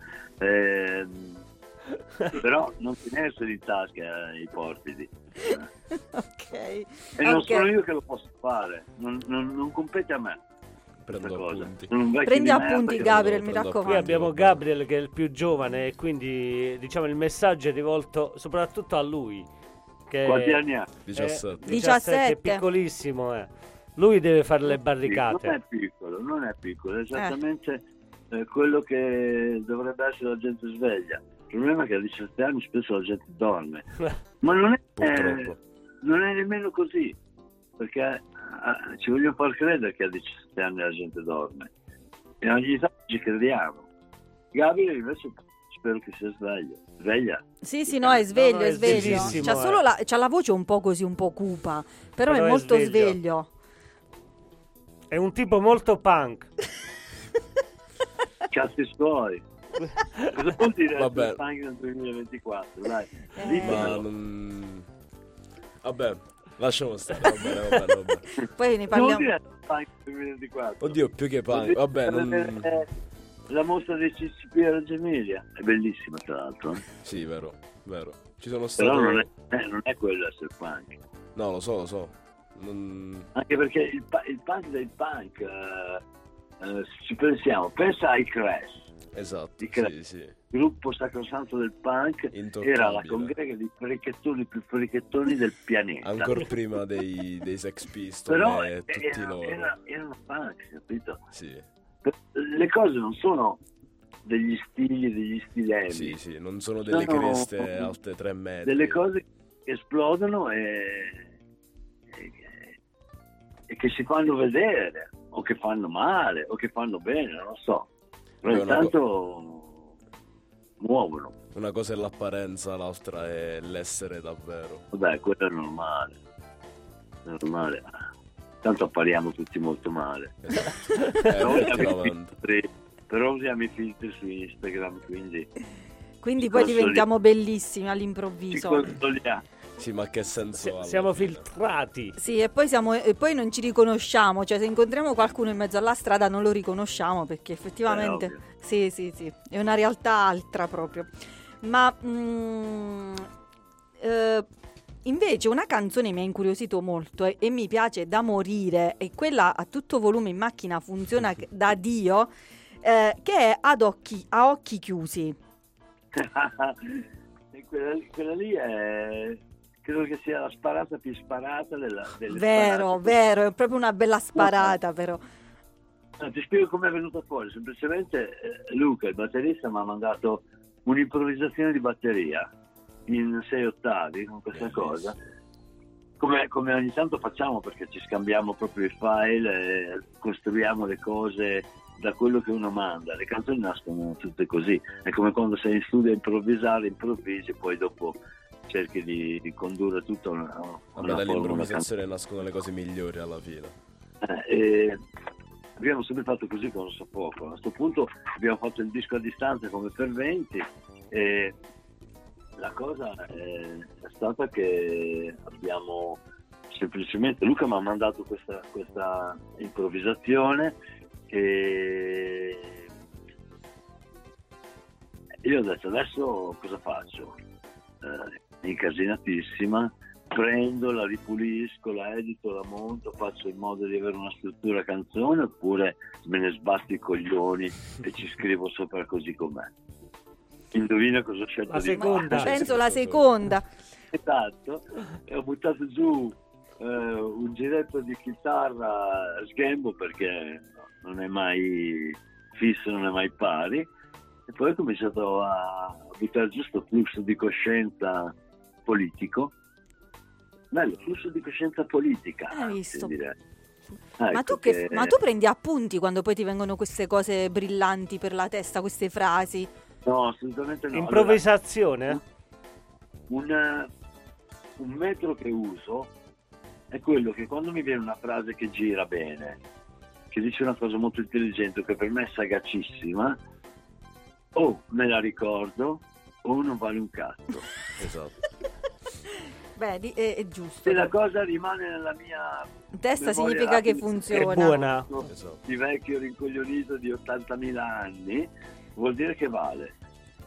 Però non tenerseli in tasca i porpidi. Ok. E non sono io che lo posso fare, non compete a me. Prendo appunti. Prendi appunti, Gabriel, mi raccomando. Qui abbiamo Gabriel che è il più giovane e quindi diciamo il messaggio è rivolto soprattutto a lui. Che quanti anni ha? 17. È piccolissimo, Lui deve fare le barricate. Non è piccolo, è esattamente quello che dovrebbe essere la gente sveglia. Il problema è che a 17 anni spesso la gente dorme, ma non è nemmeno così, perché ci vogliono far credere che a 17 anni la gente dorme e ogni tanto ci crediamo. Gabriele invece spero che sia sveglia. Sì, no, è sveglio, è sveglissimo, C'ha solo c'ha la voce un po' così, un po' cupa, però è molto sveglio. È un tipo molto punk. Cazzi suoi. Cosa vuol dire Vabbè. punk nel 2024? Dai, Vabbè, lasciamo stare. Va bene. Poi ne parliamo. Non dire punk nel 2024. Oddio, più che punk. Vabbè, la mostra dei CCP a Reggio Emilia è bellissima, tra l'altro. Sì, vero. Ci sono stato. Però non è quello essere punk. No, lo so. Anche perché il punk del punk, ci pensiamo, pensa ai Crash. Esatto, sì. Il gruppo sacrosanto del punk era la congrega di frichettoni più frichettoni del pianeta. Ancora prima dei Sex Pistols. Però tutti loro. erano punk, capito? Sì. Le cose non sono degli stili, degli stilemi. Sì, non sono delle creste alte 3 metri. Delle cose che esplodono e che si fanno vedere, o che fanno male, o che fanno bene, non lo so. Però intanto muovono. Una cosa è l'apparenza, l'altra è l'essere davvero. Vabbè, quello è normale. Tanto appariamo tutti molto male. Esatto. Però usiamo i filtri su Instagram, quindi poi diventiamo bellissimi all'improvviso. Ci controlliamo. Sì, ma che senso ha? Siamo filtrati. Sì, e poi non ci riconosciamo, cioè se incontriamo qualcuno in mezzo alla strada non lo riconosciamo, perché effettivamente sì, è una realtà altra proprio. Ma invece una canzone mi ha incuriosito molto e mi piace da morire, e quella a tutto volume in macchina funziona da Dio, che è a occhi chiusi. Quella lì è, credo che sia la sparata più sparata delle vero, è proprio una bella sparata. Però ti spiego come è venuta fuori. Semplicemente Luca, il batterista, mi ha mandato un'improvvisazione di batteria in 6 ottavi con questa cosa, come ogni tanto facciamo, perché ci scambiamo proprio i file e costruiamo le cose da quello che uno manda. Le canzoni nascono tutte così, è come quando sei in studio a improvvisare, improvvisi, poi dopo cerchi di condurre tutto una dall'improvvisazione nascono le cose migliori alla fine. Abbiamo sempre fatto così con So Poco. A questo punto abbiamo fatto il disco a distanza come per 20, e la cosa è stata che abbiamo semplicemente, Luca mi ha mandato questa improvvisazione e io ho detto: adesso cosa faccio? Incasinatissima, prendo, la ripulisco, la edito, la monto, faccio in modo di avere una struttura canzone, oppure me ne sbatto i coglioni e ci scrivo sopra così com'è. Indovina cosa ho scelto? La seconda. Penso la seconda. Esatto, e ho buttato giù un giretto di chitarra a sghembo, perché non è mai fisso, non è mai pari, e poi ho cominciato a buttare giù questo flusso di coscienza politico. Bello, flusso di coscienza politica, Hai visto? direi. Ma tu, ma tu prendi appunti quando poi ti vengono queste cose brillanti per la testa, queste frasi? No, assolutamente no. Improvvisazione? Allora, un metodo che uso è quello che quando mi viene una frase che gira bene, che dice una cosa molto intelligente, che per me è sagacissima, o me la ricordo o non vale un cazzo. Esatto. Beh, è giusto. Se la cosa rimane nella mia testa, memoria significa che rapida, funziona. È buona. Esatto. Di vecchio rincoglionito di 80.000 anni, vuol dire che vale.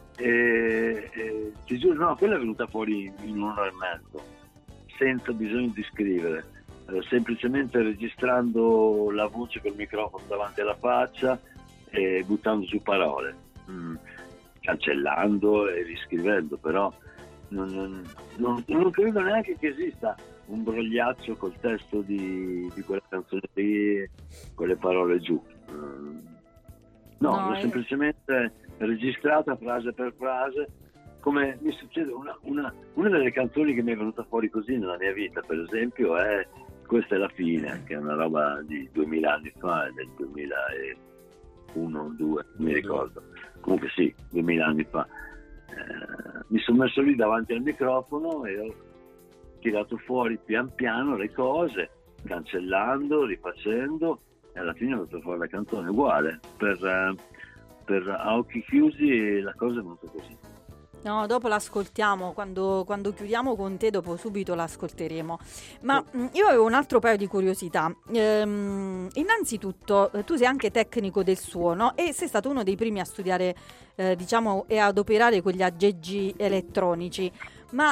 E ti giuro, no, quella è venuta fuori in un'ora e mezzo, senza bisogno di scrivere, semplicemente registrando la voce col microfono davanti alla faccia e buttando su parole, cancellando e riscrivendo, però non credo neanche che esista un brogliaccio col testo di quella canzone lì con le parole giù. No, l'ho semplicemente registrata frase per frase, come mi succede. Una delle canzoni che mi è venuta fuori così nella mia vita, per esempio, è Questa è la fine, che è una roba di 2000 anni fa, è del 2001, 2, non mi ricordo. Comunque sì, 2000 anni fa. Mi sono messo lì davanti al microfono e ho tirato fuori pian piano le cose, cancellando, rifacendo, e alla fine ho venuto fuori la canzone uguale. Per a occhi chiusi la cosa è venuta così. No, dopo l'ascoltiamo, quando chiudiamo con te, dopo subito l'ascolteremo. Ma io avevo un altro paio di curiosità. Innanzitutto, tu sei anche tecnico del suono e sei stato uno dei primi a studiare, diciamo, e ad operare con gli aggeggi elettronici. Ma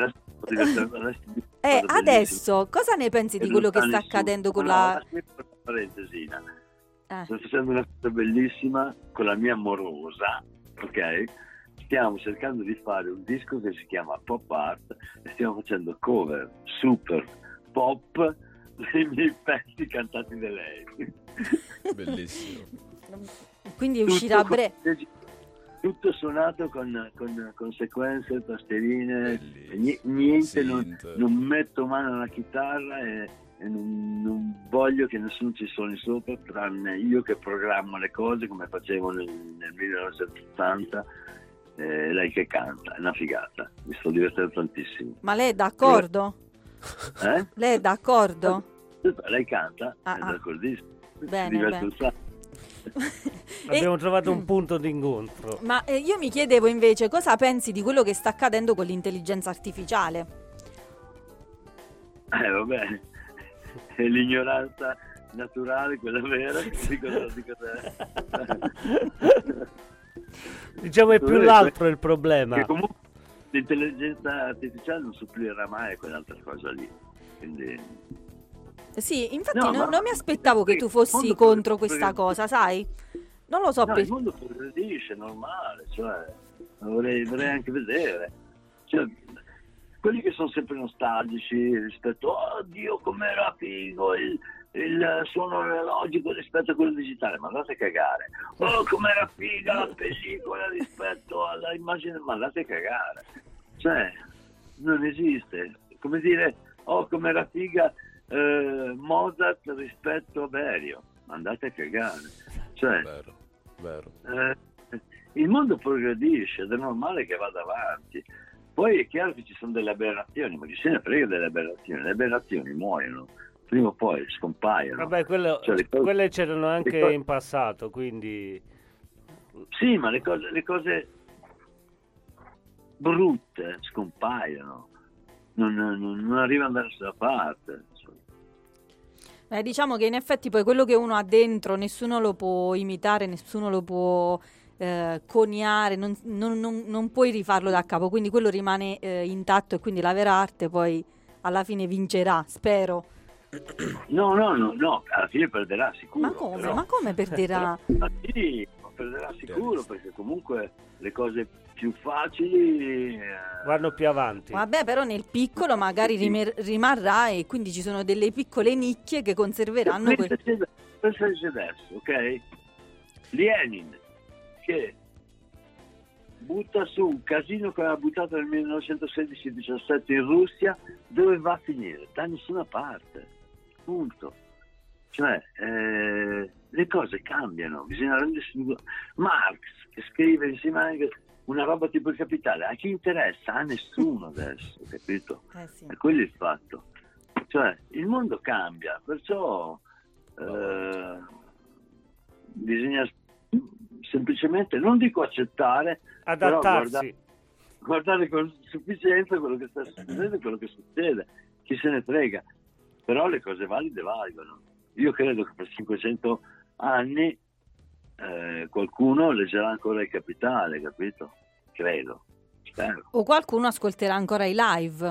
adesso cosa ne pensi di quello che sta accadendo con la... Parentesina. Sto facendo una cosa bellissima con la mia amorosa, ok? Stiamo cercando di fare un disco che si chiama Pop Art e stiamo facendo cover super pop dei miei pezzi cantati da lei. Bellissimo. Quindi uscirà a breve. Tutto suonato con sequenze, tastierine, niente, non metto mano alla chitarra e non voglio che nessuno ci suoni sopra, tranne io che programmo le cose come facevo nel 1980. Lei che canta, è una figata, mi sto divertendo tantissimo. Ma lei è d'accordo? Lei è d'accordo? Lei canta, è d'accordissimo. Bene. Abbiamo trovato un punto d'incontro. Ma io mi chiedevo invece cosa pensi di quello che sta accadendo con l'intelligenza artificiale? Vabbè, è l'ignoranza naturale, quella vera, di cosa diciamo è più l'altro il problema. Che comunque l'intelligenza artificiale non supplirà mai a quell'altra cosa lì. Quindi... Sì, infatti non mi aspettavo che tu fossi contro questa cosa, sai? Non lo so. Il mondo progredisce, è normale, cioè vorrei anche vedere. Cioè, quelli che sono sempre nostalgici rispetto, oh Dio com'era figo il suono analogico rispetto a quello digitale, ma andate a cagare. Oh com'era figa la pellicola rispetto alla immagine, ma andate a cagare. Cioè non esiste. Come dire, oh com'era figa Mozart rispetto a Berio, ma andate a cagare. Cioè vero. Il mondo progredisce ed è normale che vada avanti. Poi è chiaro che ci sono delle aberrazioni, ma chi se ne frega delle aberrazioni? Le aberrazioni muoiono, prima o poi scompaiono. Vabbè, quelle c'erano anche in passato, quindi... Sì, ma le cose brutte scompaiono, non arrivano da nessuna parte. Diciamo che in effetti poi quello che uno ha dentro nessuno lo può imitare, nessuno lo può... coniare, non puoi rifarlo da capo, quindi quello rimane intatto e quindi la vera arte poi alla fine vincerà, spero. No, alla fine perderà sicuro. Ma come? Però, ma come perderà? Ma sì, perderà sicuro, perché comunque le cose più facili vanno più avanti. Vabbè, però nel piccolo magari rimarrà e quindi ci sono delle piccole nicchie che conserveranno pensaci adesso, ok? Lenin che butta su un casino che aveva buttato nel 1916-17 in Russia, dove va a finire? Da nessuna parte, punto. Cioè, le cose cambiano, bisogna rendersi... Marx, che scrive insieme anche una roba tipo il Capitale, a chi interessa? A nessuno adesso, capito? Sì. E quello è il fatto. Cioè, il mondo cambia, perciò bisogna semplicemente, non dico accettare, adattarsi. però guardare con sufficienza quello che sta succedendo e quello che succede, chi se ne frega. Però le cose valide valgono. Io credo che per 500 anni qualcuno leggerà ancora il Capitale, capito? Credo, spero. O qualcuno ascolterà ancora i live.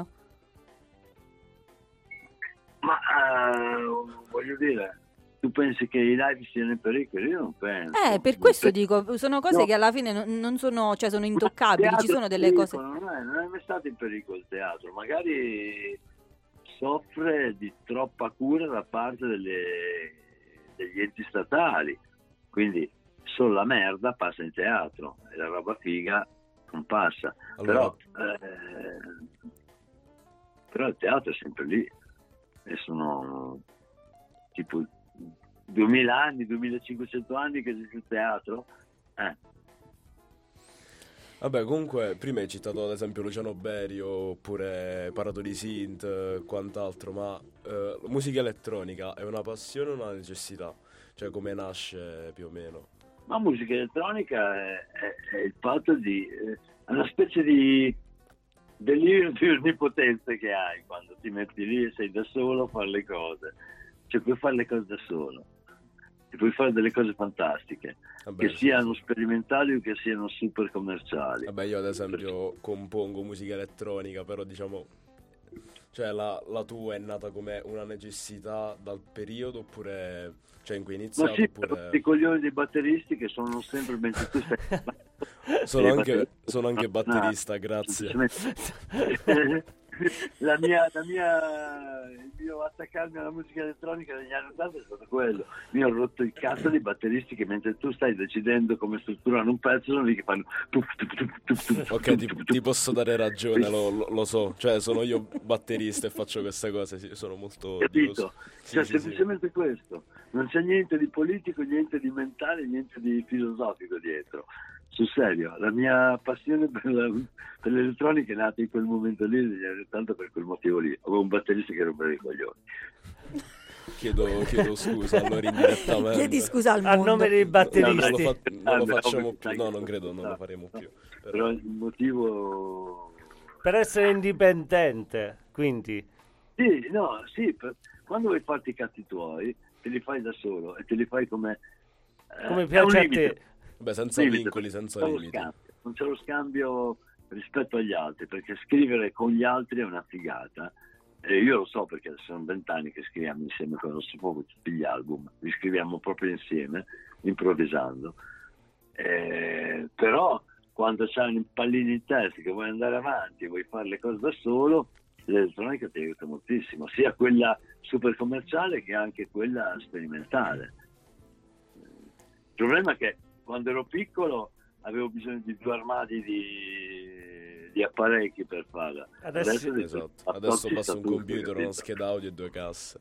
Ma voglio dire, tu pensi che i live siano in pericolo? Io non penso. Per questo dico, sono cose che alla fine non sono, cioè sono intoccabili, ci sono delle cose... Non è mai stato in pericolo il teatro, magari soffre di troppa cura da parte degli enti statali, quindi solo la merda passa in teatro e la roba figa non passa. Allora... Però il teatro è sempre lì e sono tipo 2000 anni, 2500 anni che esiste il teatro. Vabbè, comunque, prima hai citato ad esempio Luciano Berio, oppure parlato di synth, quant'altro, ma musica elettronica è una passione o una necessità? Cioè, come nasce più o meno? Ma musica elettronica è il fatto di... è una specie di delirio di onnipotenza che hai quando ti metti lì e sei da solo a fare le cose. Cioè, puoi fare le cose da solo. E puoi fare delle cose fantastiche, Vabbè, che siano sperimentali o che siano super commerciali. Vabbè, io ad esempio compongo musica elettronica, però diciamo, cioè la tua è nata come una necessità dal periodo, oppure, cioè in cui hai iniziato? Ma sì, oppure... i coglioni dei batteristi che sono sempre mentre tu stai... sono anche batterista, grazie. Il mio attaccarmi alla musica elettronica negli anni 80 è stato quello. Io ho rotto il cazzo di batteristi che mentre tu stai decidendo come strutturare un pezzo sono lì che fanno Ok, ti posso dare ragione, lo so, cioè sono io batterista e faccio queste cose, sì, sono molto... capito? Cioè sì, semplicemente questo, non c'è niente di politico, niente di mentale, niente di filosofico dietro. Sul serio, la mia passione per l'elettronica è nata in quel momento lì, negli anni 80, per quel motivo lì. Avevo un batterista che rompeva i coglioni. Chiedo scusa allora indirettamente. Chiedi scusa al A mondo. nome dei batteristi. Non lo facciamo più, no, non credo, non lo faremo più. Però il motivo... Per essere indipendente, quindi... Quando vuoi farti i cazzi tuoi, te li fai da solo e te li fai come piace a te. Beh, senza vincoli, senza limiti. Non c'è lo scambio rispetto agli altri, perché scrivere con gli altri è una figata. E io lo so perché sono 20 anni che scriviamo insieme con Rosso Fuoco tutti gli album, li scriviamo proprio insieme, improvvisando. Però quando c'hai un pallino in testa che vuoi andare avanti, vuoi fare le cose da solo, l'elettronica ti aiuta moltissimo, sia quella super commerciale che anche quella sperimentale. Il problema è che quando ero piccolo avevo bisogno di 2 armadi di apparecchi per farla. Adesso basta un computer, una scheda audio e 2 casse.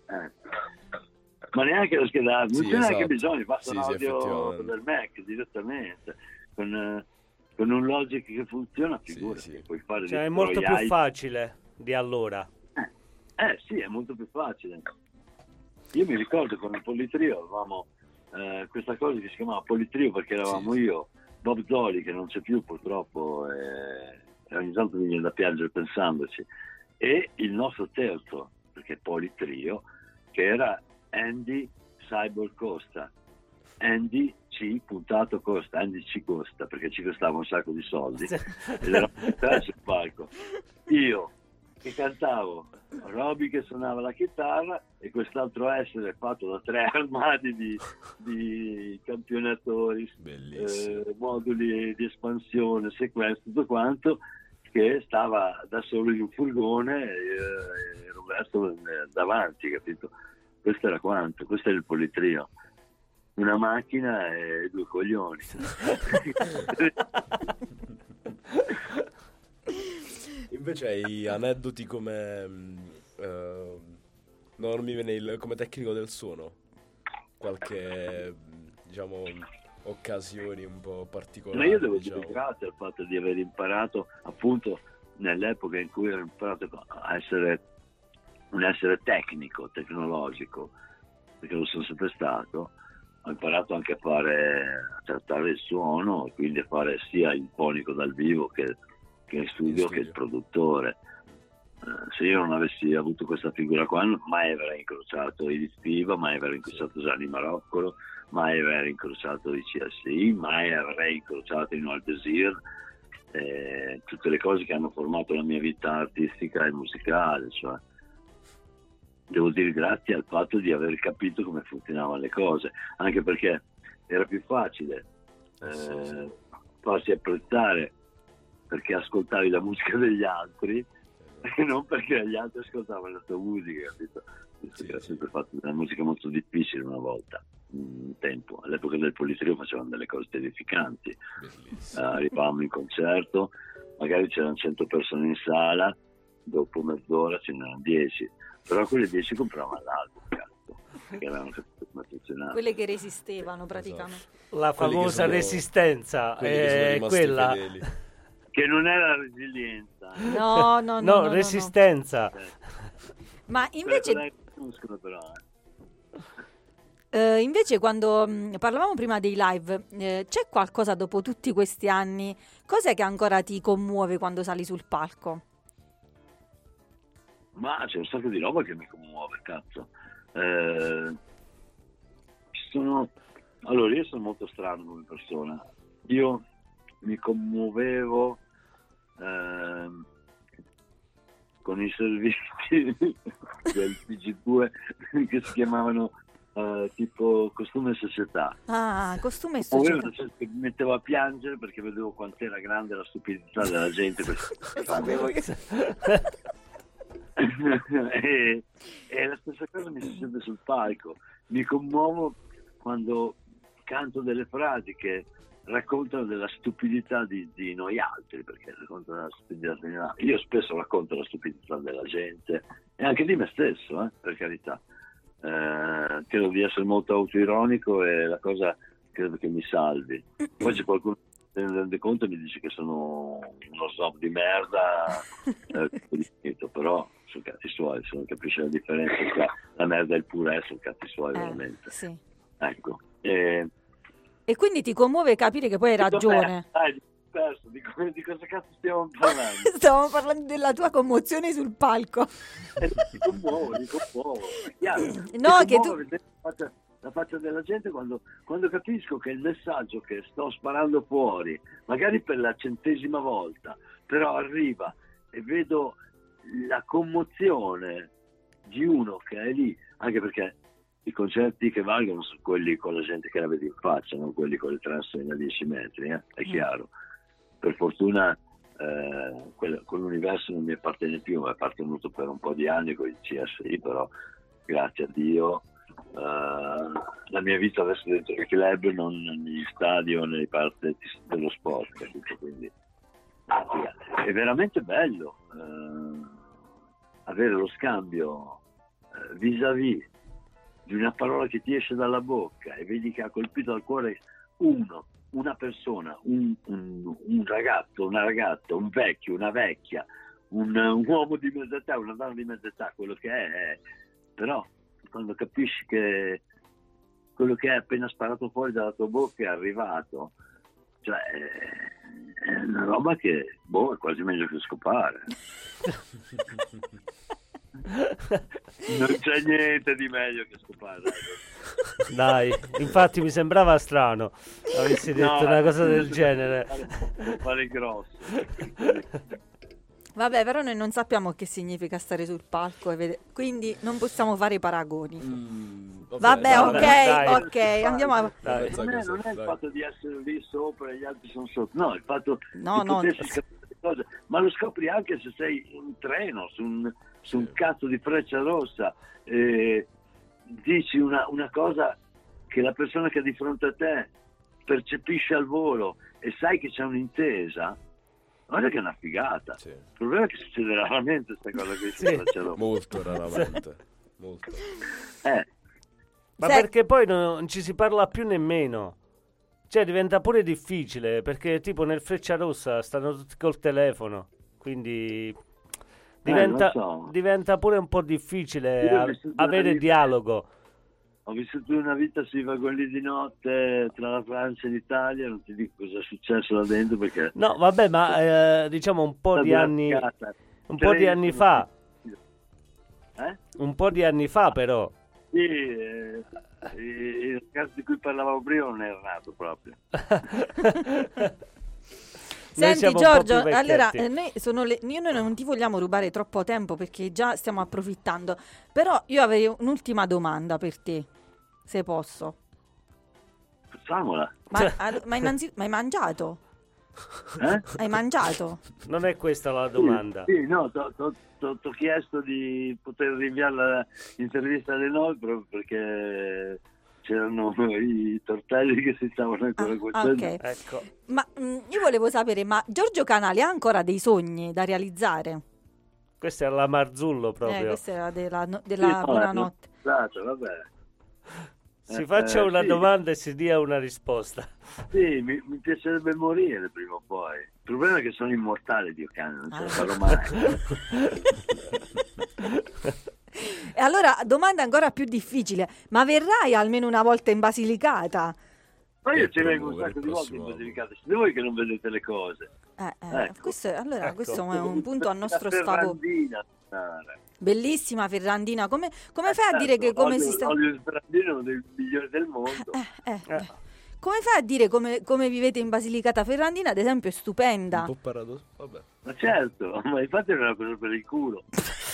Ma neanche la scheda audio, non c'è neanche bisogno, basta un sì, audio del Mac direttamente, con un Logic che funziona, figurati, puoi fare. Cioè, è molto più facile di allora. Sì, è molto più facile. Io mi ricordo con il Politrio avevamo questa cosa che si chiamava Politrio perché eravamo io, Bob Zoli che non c'è più purtroppo e ogni tanto mi viene da piangere pensandoci, e il nostro terzo, perché Politrio, che era Andy Cyborg Costa, Andy C. Costa, Andy C. Costa, perché ci costava un sacco di soldi ed era sul palco. Io che cantavo, Roby che suonava la chitarra e quest'altro essere fatto da 3 armadi di campionatori, moduli di espansione, sequenze, tutto quanto, che stava da solo in un furgone e Roberto davanti, capito? Questo era quanto, questo è il Politrio. Una macchina e 2 coglioni. Invece hai aneddoti come No, non mi viene come tecnico del suono. Qualche, diciamo, occasioni un po' particolari. Ma io devo diciamo. dire grazie al fatto di aver imparato, appunto, nell'epoca in cui ho imparato a essere un essere tecnico, tecnologico, perché lo sono sempre stato. Ho imparato anche a trattare il suono, quindi a fare sia il fonico dal vivo che in studio, che il produttore. Se io non avessi avuto questa figura qua, mai avrei incrociato Edith Piva, mai avrei incrociato Gianni Maroccolo, mai avrei incrociato i CSI, mai avrei incrociato i Noel Desir, tutte le cose che hanno formato la mia vita artistica e musicale. Cioè, devo dire grazie al fatto di aver capito come funzionavano le cose, anche perché era più facile farsi apprezzare perché ascoltavi la musica degli altri e non perché gli altri ascoltavano la tua musica, capito? Ho sempre fatto una musica molto difficile una volta, un tempo. All'epoca del Politrio facevano delle cose terrificanti. Arrivavamo in concerto, magari c'erano 100 persone in sala, dopo mezz'ora ce n'erano 10, però quelle 10 compravano l'album, cazzo, perché avevano capito come funzionava. Quelle che resistevano praticamente. La famosa resistenza è quella. Fedeli. Che non era resilienza. No, resistenza. Ma invece... Però, invece quando parlavamo prima dei live, c'è qualcosa dopo tutti questi anni? Cos'è che ancora ti commuove quando sali sul palco? Ma c'è un sacco di roba che mi commuove, cazzo. Allora, io sono molto strano come persona. Io mi commuovevo con i servizi del TG2 che si chiamavano tipo Costume e Società. Ah, Costume e Oppure Società. mi mettevo a piangere perché vedevo quant'era grande la stupidità della gente. E la stessa cosa mi succede sul palco. Mi commuovo quando canto delle frasi che raccontano della stupidità di noi altri, perché raccontano la stupidità di noi altri. Io spesso racconto la stupidità della gente e anche di me stesso, per carità. Credo di essere molto autoironico e la cosa credo che mi salvi. Poi c'è qualcuno che se ne rende conto e mi dice che sono uno snob di merda, però sono cazzi suoi, se non capisce la differenza tra la merda e il purè, sono cazzi suoi veramente. Sì. Ecco. E quindi ti commuove capire che poi hai ragione. Dai, perso, di cosa cazzo stiamo parlando? Stavamo parlando della tua commozione sul palco. Mi commuovo. Chiaro. No, che tu... Vedere la faccia della gente quando capisco che il messaggio che sto sparando fuori, magari per la 100ª volta, però arriva e vedo la commozione di uno che è lì, anche perché i concerti che valgono sono quelli con la gente che la vedi in faccia, non quelli con le transe a 10 metri, è chiaro. Per fortuna quell'universo non mi appartiene più, mi è appartenuto per un po' di anni con il CSI, però grazie a Dio la mia vita adesso dentro il club, non negli stadi o nei parti dello sport, capito? Quindi è veramente bello avere lo scambio vis-à-vis di una parola che ti esce dalla bocca e vedi che ha colpito al cuore una persona, un ragazzo, una ragazza, un vecchio, una vecchia, un uomo di mezza età, una donna di mezza età, quello che è. Però quando capisci che quello che è appena sparato fuori dalla tua bocca è arrivato, cioè è una roba che è quasi meglio che scopare. Non c'è niente di meglio che scopare. Dai, infatti mi sembrava strano avessi detto una cosa del genere. Non fare grosso. Vabbè, però noi non sappiamo che significa stare sul palco, quindi non possiamo fare i paragoni. Vabbè, ok, andiamo a... Non è il fatto di essere lì sopra e gli altri sono sotto, no, il fatto di no. potersi capire le cose, ma lo scopri anche se sei in treno su un cazzo di Freccia Rossa e dici una cosa che la persona che è di fronte a te percepisce al volo e sai che c'è un'intesa. Guarda che è una figata. Sì. Il problema è che succede raramente questa cosa qui. Molto raramente. molto. Ma perché poi non ci si parla più nemmeno. Cioè diventa pure difficile, perché tipo nel Frecciarossa stanno tutti col telefono, quindi diventa pure un po' difficile avere dialogo. Ho vissuto una vita sui vagoni di notte tra la Francia e l'Italia, non ti dico cosa è successo là dentro perché... No, vabbè, ma diciamo un po' di anni fa. Un po' di anni fa però. Sì, il ragazzo di cui parlavamo prima non era nato proprio. Senti Giorgio, allora noi non ti vogliamo rubare troppo tempo perché già stiamo approfittando, però io avrei un'ultima domanda per te, se posso. Facciamola. Ma hai mangiato? Hai mangiato? Non è questa la domanda. Sì, no, t'ho chiesto di poter rinviare l'intervista alle 9 proprio perché c'erano i tortelli che si stavano ancora cuocendo. Okay. Ecco. Ma io volevo sapere, ma Giorgio Canali ha ancora dei sogni da realizzare? Questa è la Marzullo proprio. Questa era della buonanotte. Vabbè. Si faccia una domanda e si dia una risposta. Sì, mi piacerebbe morire prima o poi. Il problema è che sono immortale, Dio cane, non ce la farò mai. E allora, domanda ancora più difficile, ma verrai almeno una volta in Basilicata? Ma io ci vengo un sacco di volte in Basilicata, siete voi che non vedete le cose. Ecco. Questo è un punto a nostro sfavore. Bellissima Ferrandina, come fai a dire che come si sta... Il Ferrandino è uno dei migliori del mondo. Come fai a dire come vivete in Basilicata? Ferrandina ad esempio è stupenda. Un po' paradosso, vabbè. Ma certo, ma infatti non era preso per il culo.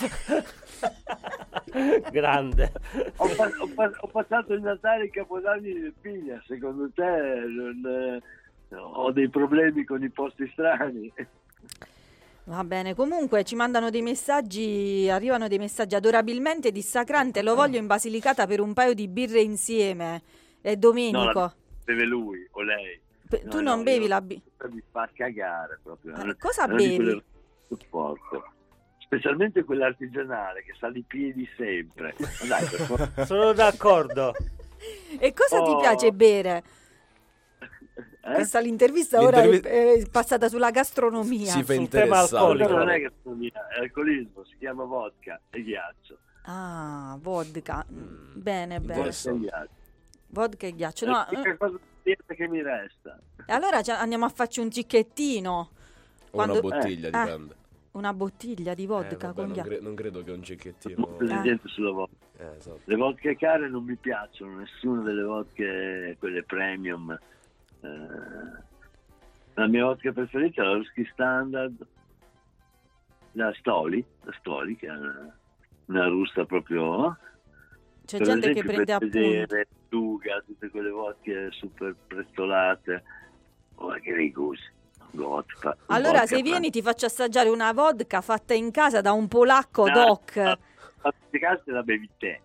Grande. Ho passato il Natale e il Capodanno in Irpinia, secondo te ho dei problemi con i posti strani? Va bene, comunque ci mandano dei messaggi, arrivano dei messaggi adorabilmente dissacrante, lo voglio in Basilicata per un paio di birre insieme, è Domenico. No, beve lui o lei. Tu non bevi la birra? Mi fa cagare proprio. Cosa bevi? Specialmente quella artigianale che sta di piedi sempre. Dai, sono d'accordo. E cosa ti piace bere? Questa l'intervista ora è passata sulla gastronomia. Si fa sul tema alcolico. Non è gastronomia, è alcolismo, si chiama vodka e ghiaccio. Ah, vodka. Bene. Vodka e ghiaccio. No, che cosa che mi resta? E allora andiamo a farci un cicchettino. Una bottiglia, dipende. Una bottiglia di vodka con ghiaccio. Non credo che un cicchettino... Niente sulla vodka. Esatto. Le vodka care non mi piacciono, nessuna delle vodka, quelle premium. La mia vodka preferita è la Rusky Standard, la Stoli, che è una russa proprio. C'è per gente esempio, che prende appunto Duga, tutte quelle vodka super prezzolate, che dei gusti. Vodka, allora se vieni ti faccio assaggiare una vodka fatta in casa da un polacco doc. In casa te la bevi te.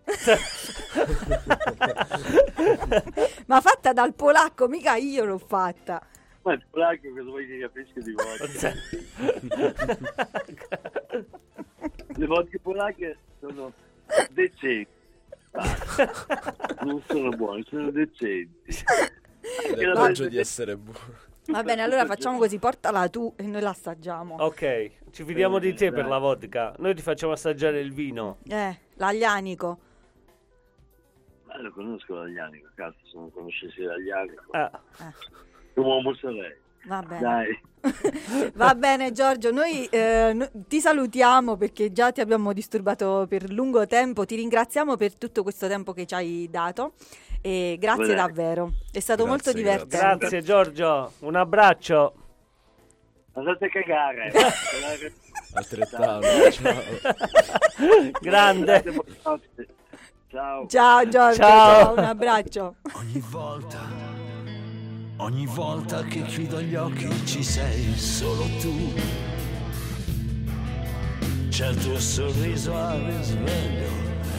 Ma fatta dal polacco, mica io l'ho fatta. Ma il polacco cosa vuoi che capisca di vodka? Le vodka polacche sono decenti, non sono buone, sono decenti. È peggio di essere buono. Va bene, allora facciamo così, portala tu e noi la assaggiamo. Ok, ci fidiamo di te per la vodka. Noi ti facciamo assaggiare il vino. L'aglianico. Ma lo conosco l'aglianico, cazzo, se non conoscessi l'aglianico. Un uomo sarei. Va bene. Dai. Va bene Giorgio, noi ti salutiamo perché già ti abbiamo disturbato per lungo tempo, ti ringraziamo per tutto questo tempo che ci hai dato e grazie davvero, è stato molto divertente. Grazie Giorgio, un abbraccio. Andate a cagare. Altrettanto, ciao. Grande. Ciao. Ciao Giorgio, ciao, un abbraccio. Ogni volta che chiudo gli occhi ci sei solo tu. C'è il tuo sorriso al risveglio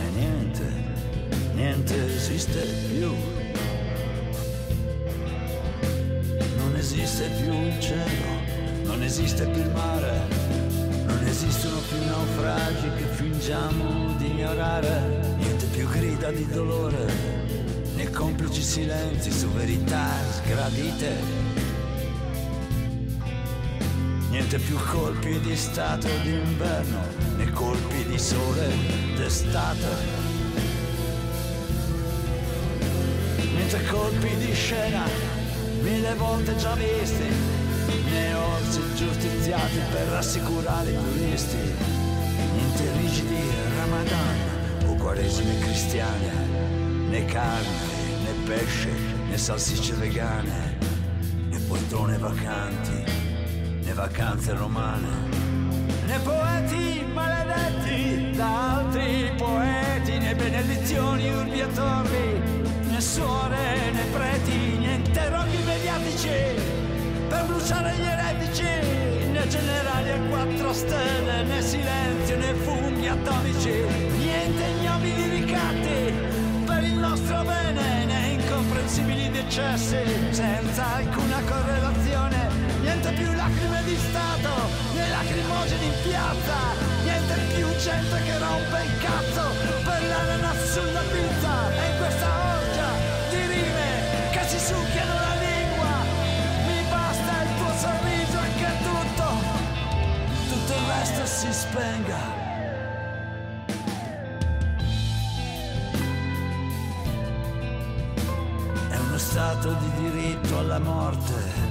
e niente esiste più. Non esiste più il cielo, non esiste più il mare, non esistono più naufragi che fingiamo di ignorare. grida di dolore, né complici silenzi su verità sgradite. Niente più colpi di stato d'inverno, né colpi di sole d'estate. Niente colpi di scena, 1000 volte già visti, né orsi giustiziati per rassicurare i turisti. Niente rigidi Ramadan o quaresime cristiane, né carne, né pesce, né salsicce vegane, né poltrone vacanti, né vacanze romane, né poeti maledetti da altri poeti, né benedizioni urbi e torri, né suore, né preti, niente roghi mediatici per bruciare gli eretici, né generali a 4 stelle, né silenzio, né funghi atomici, niente ignobili ricatti per il nostro bene, né incomprensibili decessi senza alcuna correlazione, niente più lacrime di Stato, né lacrimogeni in piazza, niente più gente che rompe il cazzo per l'ananas sulla pizza, e in questa orgia di rime che si succhiano la lingua mi basta il tuo sorriso e che tutto il resto si spenga. È uno stato di diritto alla morte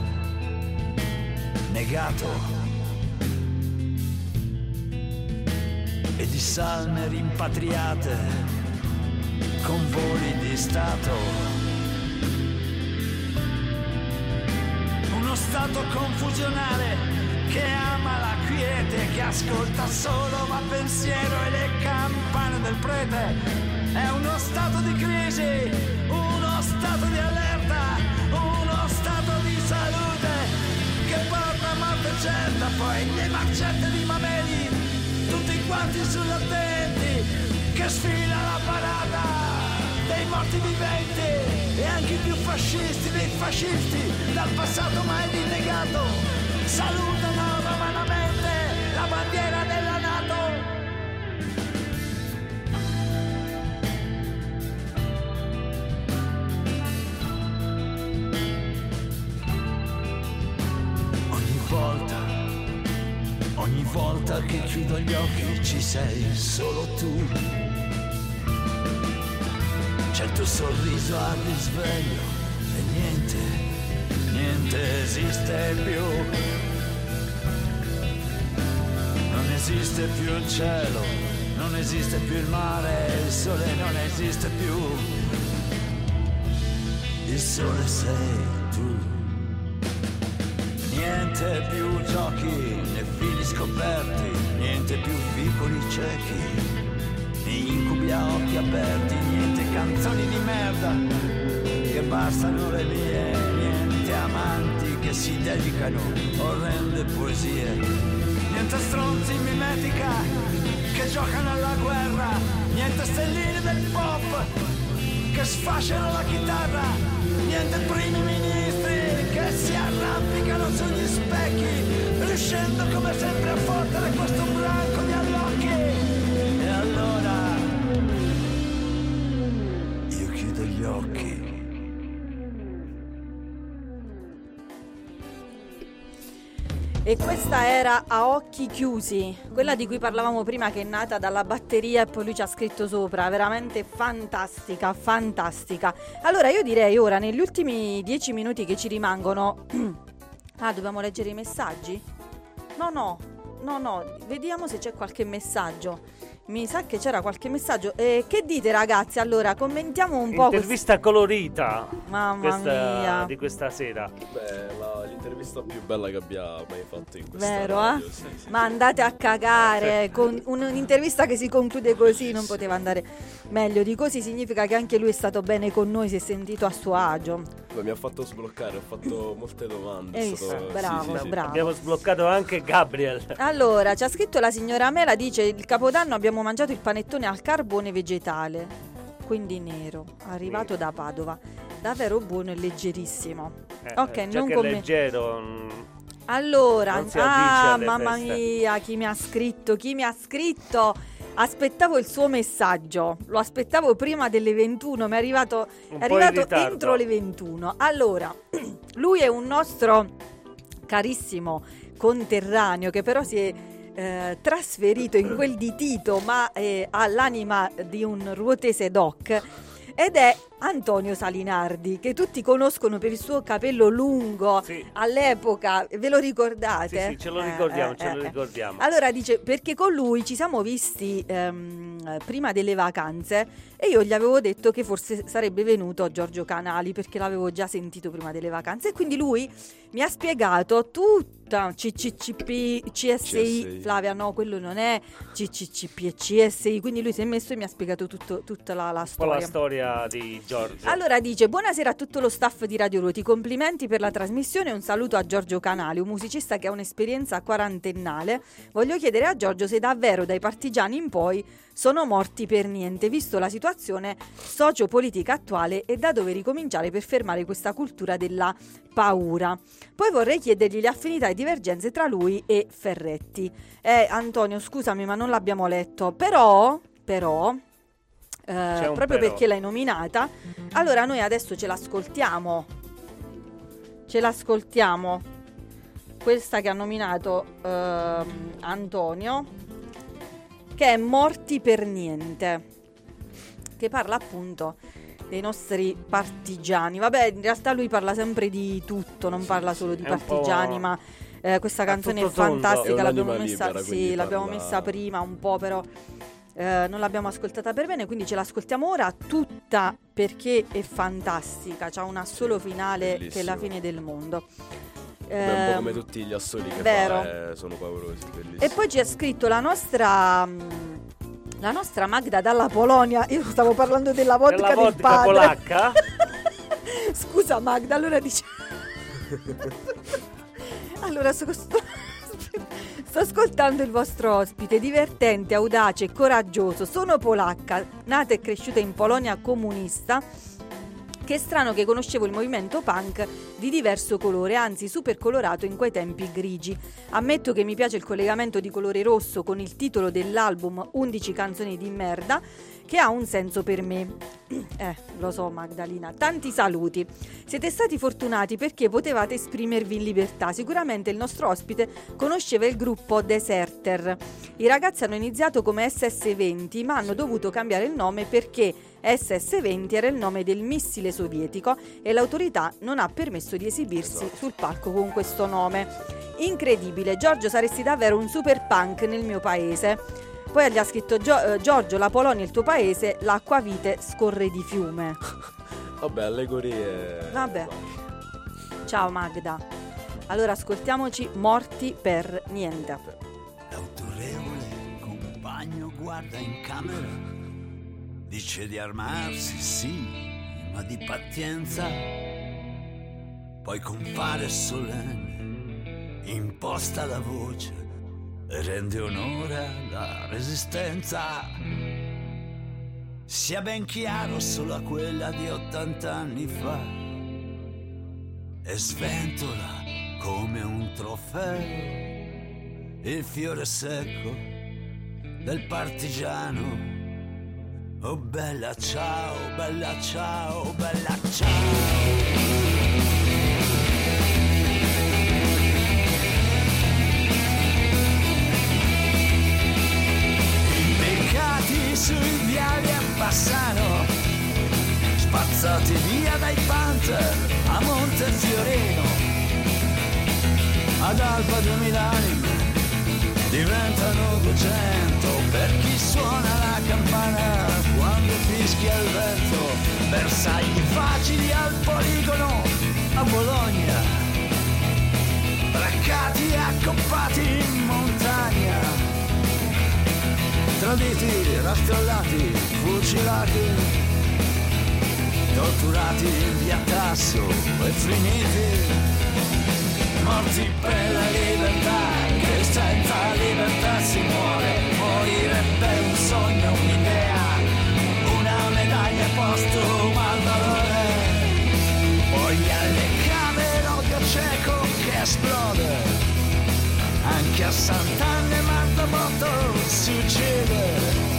negato e di salme rimpatriate con voli di Stato. Uno stato confusionale che ama la quiete, che ascolta solo ma pensiero e le campane del prete. È uno stato di crisi, uno stato di allerta, uno stato di salute che porta a morte certa, poi le marcette di Mameli, tutti quanti sull'attenti, che sfila la parata dei morti viventi, e anche i più fascisti dei fascisti, dal passato mai rinnegato, salutano romanamente la bandiera della NATO. Ogni volta che chiudo gli occhi ci sei solo tu. C'è il tuo sorriso al risveglio e niente esiste più. Non esiste più il cielo, non esiste più il mare, il sole non esiste più. Il sole sei tu. Niente più giochi, né fili scoperti, niente più vicoli ciechi, né incubi a occhi aperti, niente canzoni di merda che bastano le mie, niente amanti che si dedicano orrende poesie, niente stronzi in mimetica che giocano alla guerra, niente stelline del pop che sfasciano la chitarra, niente primi ministri che si arrampicano sugli specchi, riuscendo come sempre a fottere questo branco di allocchi. E allora io chiudo gli occhi. E questa era A occhi chiusi, quella di cui parlavamo prima, che è nata dalla batteria e poi lui ci ha scritto sopra, veramente fantastica, fantastica. Allora io direi ora, negli ultimi 10 minuti che ci rimangono... Ah, dobbiamo leggere i messaggi? No, vediamo se c'è qualche messaggio. Mi sa che c'era qualche messaggio. Che dite ragazzi? Allora, commentiamo un po'. Intervista colorita. Mamma mia. Di questa sera. Beh, l'intervista più bella che abbia mai fatto in questa vero, radio, eh? Sì. Ma andate a cagare. Con un'intervista che si conclude così non poteva andare meglio di così. Significa che anche lui è stato bene con noi, si è sentito a suo agio. Beh, mi ha fatto sbloccare, ho fatto molte domande. Hai visto? Bravo, sì. bravo. Abbiamo sbloccato anche Gabriel. Allora, ci ha scritto la signora Mela, dice: il Capodanno abbiamo mangiato il panettone al carbone vegetale, quindi nero, arrivato da Padova, davvero buono e leggerissimo. Ok, non come leggero. Allora, non si addice alle mamma feste. mia, chi mi ha scritto? aspettavo il suo messaggio, lo aspettavo prima delle 21, mi è arrivato entro le 21. Allora, lui è un nostro carissimo conterraneo che però si è trasferito in quel di Tito, ma ha l'anima di un ruotese doc, ed è Antonio Salinardi, che tutti conoscono per il suo capello lungo. Sì. All'epoca, ve lo ricordate? Sì, ce lo ricordiamo. Allora dice, perché con lui ci siamo visti prima delle vacanze e io gli avevo detto che forse sarebbe venuto Giorgio Canali, perché l'avevo già sentito prima delle vacanze, e quindi lui mi ha spiegato tutta CCCP, CSI. Flavia, no, quello non è CCCP, è CSI. Quindi lui si è messo e mi ha spiegato tutta la storia. La storia di Giorgio. Allora dice: buonasera a tutto lo staff di Radio Ruoti, complimenti per la trasmissione e un saluto a Giorgio Canali, un musicista che ha un'esperienza quarantennale. Voglio chiedere a Giorgio se davvero dai partigiani in poi sono morti per niente, visto la situazione sociopolitica attuale, e da dove ricominciare per fermare questa cultura della paura. Poi vorrei chiedergli le affinità e divergenze tra lui e Ferretti. Antonio, scusami, ma non l'abbiamo letto, però proprio perché l'hai nominata, allora noi adesso ce l'ascoltiamo, questa che ha nominato Antonio, che è Morti per niente, che parla appunto dei nostri partigiani. Vabbè, in realtà lui parla sempre di tutto, non parla solo di partigiani, ma questa canzone è fantastica, l'abbiamo messa prima un po', però non l'abbiamo ascoltata per bene, quindi ce l'ascoltiamo ora tutta perché è fantastica, c'ha una solo finale, bellissimo, che è la fine del mondo. È un po' come tutti gli assoli che fa, sono paurosi, bellissimi. E poi ci ha scritto la nostra Magda dalla Polonia. Io stavo parlando della vodka del padre. Polacca? Scusa Magda, allora dice allora sto ascoltando il vostro ospite, divertente, audace e coraggioso. Sono polacca, nata e cresciuta in Polonia comunista. Che strano che conoscevo il movimento punk di diverso colore, anzi super colorato in quei tempi grigi. Ammetto che mi piace il collegamento di colore rosso con il titolo dell'album 11 canzoni di merda, che ha un senso per me. Lo so Magdalena, tanti saluti. Siete stati fortunati perché potevate esprimervi in libertà. Sicuramente il nostro ospite conosceva il gruppo Deserter. I ragazzi hanno iniziato come SS-20, ma hanno dovuto cambiare il nome perché SS-20 era il nome del missile sovietico e l'autorità non ha permesso di esibirsi sul palco con questo nome. Incredibile, Giorgio, saresti davvero un super punk nel mio paese. Poi gli ha scritto Giorgio, la Polonia è il tuo paese, l'acquavite scorre di fiume. Vabbè, allegorie. Vabbè. Ciao Magda. Allora ascoltiamoci Morti per niente. L'autorevole compagno guarda in camera, dice di armarsi, sì, ma di pazienza. Poi compare solenne, imposta la voce, rende onore alla resistenza. Sia ben chiaro, solo a quella di 80 anni fa, e sventola come un trofeo il fiore secco del partigiano. Oh bella ciao, bella ciao, bella ciao. Sui viali a Bassano, spazzati via dai Panther a Montefiorino, ad Alba 2000 anime diventano 200 per chi suona la campana quando fischia il vento, bersagli facili al poligono a Bologna, braccati e accoppati in montagna, traditi, rastrellati, fucilati, torturati in via Tasso e finiti, morti per la libertà, che senza libertà si muore, morire per un sogno, un'idea, una medaglia postuma al valore, poi alle camere l'odio cieco che esplode. Anche a Sant'Anna e Martabotto si uccide.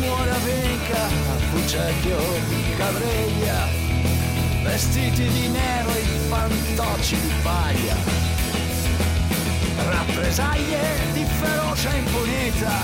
muore vinca, Fucecchio, Cavreglia, vestiti di nero e fantocci di paglia, rappresaglie di ferocia impunita,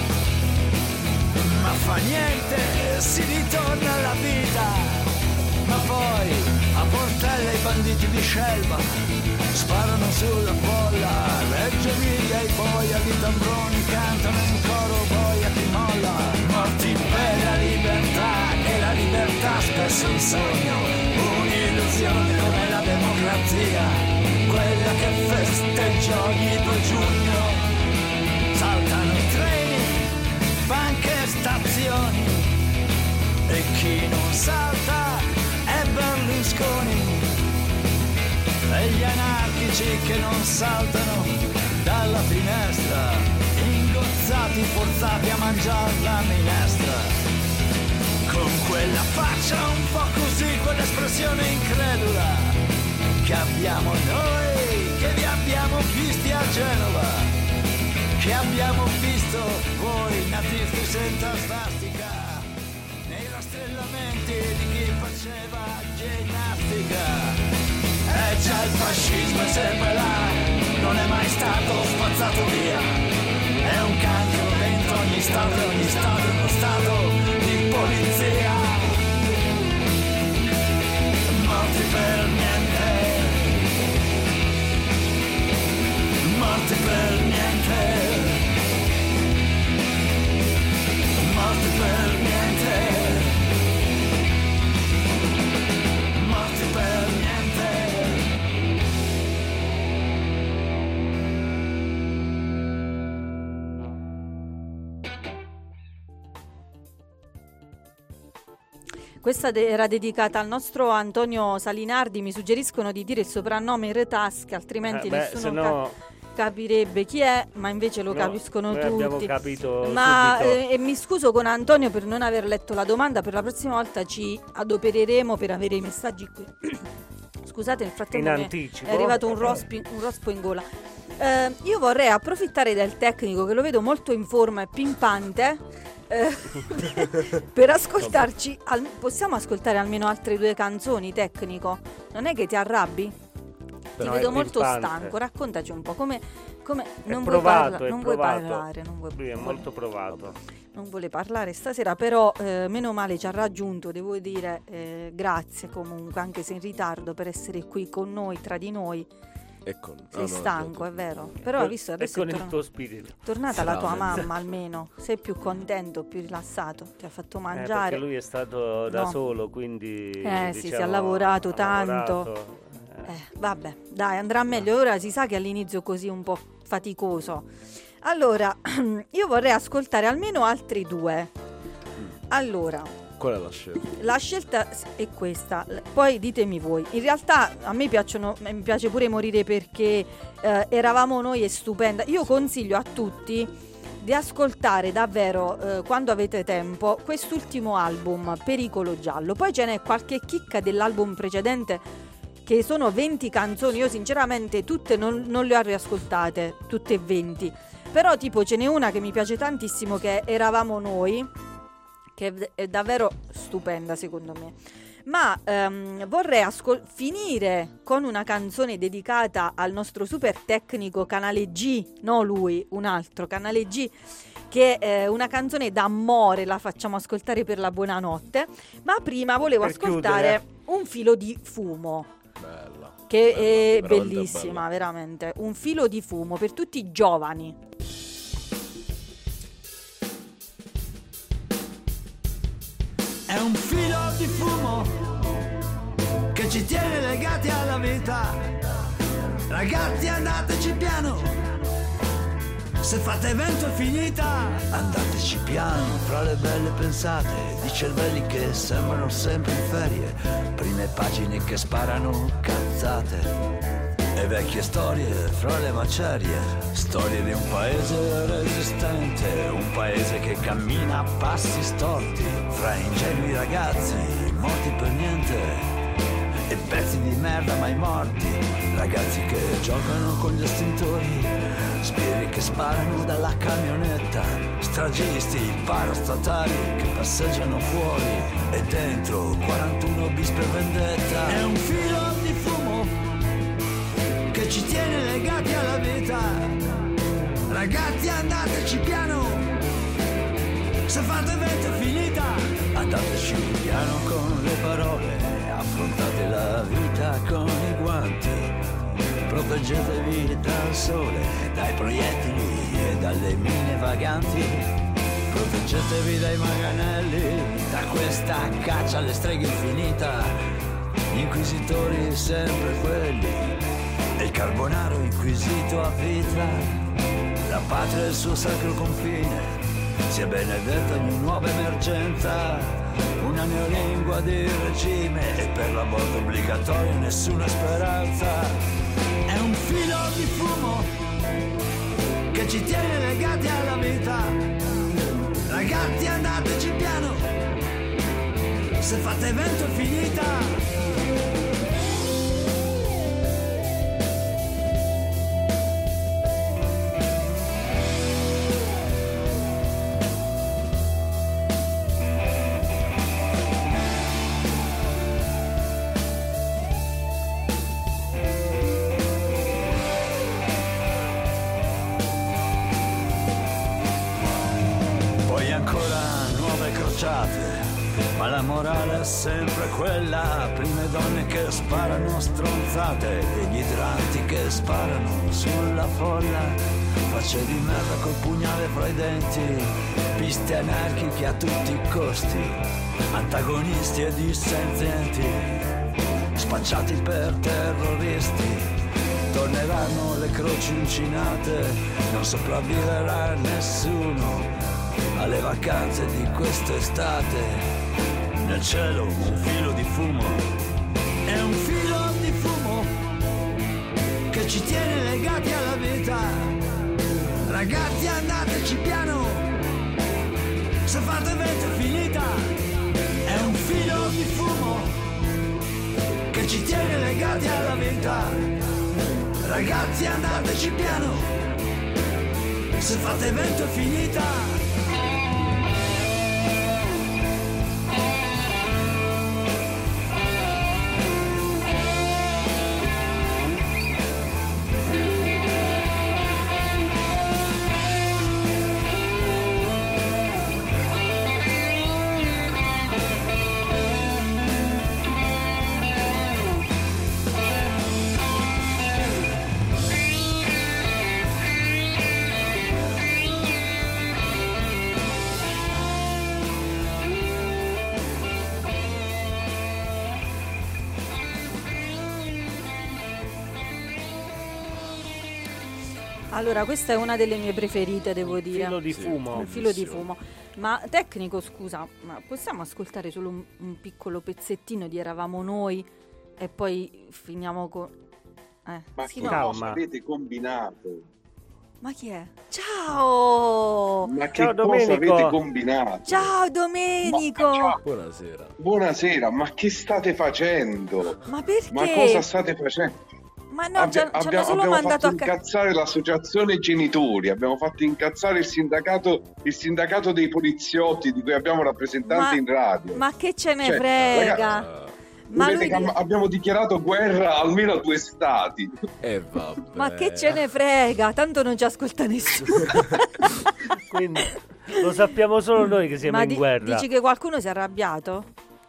ma fa niente, si ritorna alla vita. Ma poi a Portella i banditi di Scelba sparano sulla bolla, Reggio Emilia i boia di tambroni cantano in coro, boia chi molla. Morti per la libertà, e la libertà spesso è un sogno, un'illusione come la democrazia, quella che festeggia ogni 2 giugno. Saltano i treni, banche e stazioni, e chi non salta è Berlusconi. E gli anarchici che non saltano dalla finestra, ingozzati, forzati a mangiare la minestra. Con quella faccia un po' così, quell'espressione incredula che abbiamo noi, che vi abbiamo visti a Genova, che abbiamo visto voi nazisti senza svastica nei rastrellamenti di chi faceva ginnastica. E già il fascismo è sempre là, non è mai stato spazzato via, è un cancro dentro ogni stato e ogni stato è uno stato di polizia. Morti per niente, morti per niente, morti per niente, morti per niente. Questa era dedicata al nostro Antonio Salinardi. Mi suggeriscono di dire il soprannome Retasca, altrimenti nessuno capirebbe chi è, ma invece lo capiscono tutti. Abbiamo capito e mi scuso con Antonio per non aver letto la domanda. Per la prossima volta ci adopereremo per avere i messaggi qui. Scusate, nel frattempo è arrivato un rospo in gola. Io vorrei approfittare del tecnico, che lo vedo molto in forma e pimpante, per ascoltarci. Possiamo ascoltare almeno altre 2 canzoni, tecnico? Non è che ti arrabbi? Ti vedo molto stanco. Raccontaci un po' come non vuoi parlare. Lui è molto provato. Non vuole parlare stasera, però meno male ci ha raggiunto. Devo dire grazie comunque, anche se in ritardo, per essere qui con noi, tra di noi. Sei stanco, è vero. Però hai visto, adesso con il tuo spirito. Tornata la tua mamma, almeno sei più contento, più rilassato. Ti ha fatto mangiare. Perché lui è stato da solo, quindi sì, si è lavorato tanto. Vabbè, dai, andrà meglio. Ora si sa che all'inizio è così un po' faticoso. Allora, io vorrei ascoltare almeno altri 2. Allora, qual è la scelta? La scelta è questa, poi ditemi voi. In realtà a me mi piace pure Morire perché eravamo noi è stupenda. Io consiglio a tutti di ascoltare davvero, quando avete tempo, quest'ultimo album, Pericolo Giallo. Poi ce n'è qualche chicca dell'album precedente, che sono 20 canzoni. Io sinceramente tutte non le ho riascoltate, tutte e 20. Però tipo ce n'è una che mi piace tantissimo, che è Eravamo Noi, che è davvero stupenda secondo me. Ma vorrei finire con una canzone dedicata al nostro super tecnico Canale G, no lui, un altro Canale G, che è una canzone d'amore, la facciamo ascoltare per la buonanotte. Ma prima volevo ascoltare Un filo di fumo. Bella, che bella, è bellissima, veramente. Un filo di fumo per tutti i giovani. È un filo di fumo che ci tiene legati alla vita. Ragazzi, andateci piano, se fate vento è finita. Andateci piano, fra le belle pensate di cervelli che sembrano sempre in ferie, prime pagine che sparano cazzate e vecchie storie fra le macerie, storie di un paese resistente, un paese che cammina a passi storti, fra ingenui ragazzi morti per niente e pezzi di merda mai morti, ragazzi che giocano con gli estintori spiri che sparano dalla camionetta, stragisti, parastatali che passeggiano fuori e dentro 41 bis per vendetta. È un filo di fumo che ci tiene legati alla vita. Ragazzi, andateci piano, se fate vento è finita. Andateci piano con le parole, affrontate la vita con i guanti. Proteggetevi dal sole, dai proiettili e dalle mine vaganti. Proteggetevi dai manganelli, da questa caccia alle streghe infinita. Gli inquisitori sempre quelli, e il carbonaro inquisito a vita. La patria è il suo sacro confine, sia benedetta ogni nuova emergenza. Una neolingua di regime e per l'aborto obbligatorio nessuna speranza. È un filo di fumo che ci tiene legati alla vita. Ragazzi, andateci piano, se fate vento è finita. Ma la morale è sempre quella, prime donne che sparano stronzate e gli idranti che sparano sulla folla, facce di merda col pugnale fra i denti, piste anarchiche a tutti i costi, antagonisti e dissenzienti, spacciati per terroristi, torneranno le croci uncinate, non sopravviverà nessuno alle vacanze di quest'estate. Nel cielo un filo di fumo, è un filo di fumo che ci tiene legati alla vita. Ragazzi, andateci piano, se fate vento è finita. È un filo di fumo che ci tiene legati alla vita. Ragazzi, andateci piano, se fate vento è finita. Allora, questa è una delle mie preferite, devo dire. Filo di fumo. Il filo di fumo. Ma tecnico, scusa, ma possiamo ascoltare solo un piccolo pezzettino di Eravamo Noi e poi finiamo con... Ma sì, che no. cosa avete combinato? Ma chi è? Ciao! Ma che Ciao, cosa Domenico. avete combinato? Ciao Domenico! Ma- Buonasera. Buonasera, ma che state facendo? Ma perché? Ma cosa state facendo? Ma no, ci hanno solo abbiamo mandato fatto a casa. incazzare l'associazione genitori, abbiamo fatto incazzare il sindacato dei poliziotti di cui abbiamo rappresentanti in radio. Ma che ce ne Cioè, frega? Ma Vedete lui... che abbiamo dichiarato guerra almeno a 2 stati. Vabbè. Ma che ce ne frega? Tanto non ci ascolta nessuno. Quindi lo sappiamo solo noi che siamo Ma in guerra. dici che qualcuno si è arrabbiato?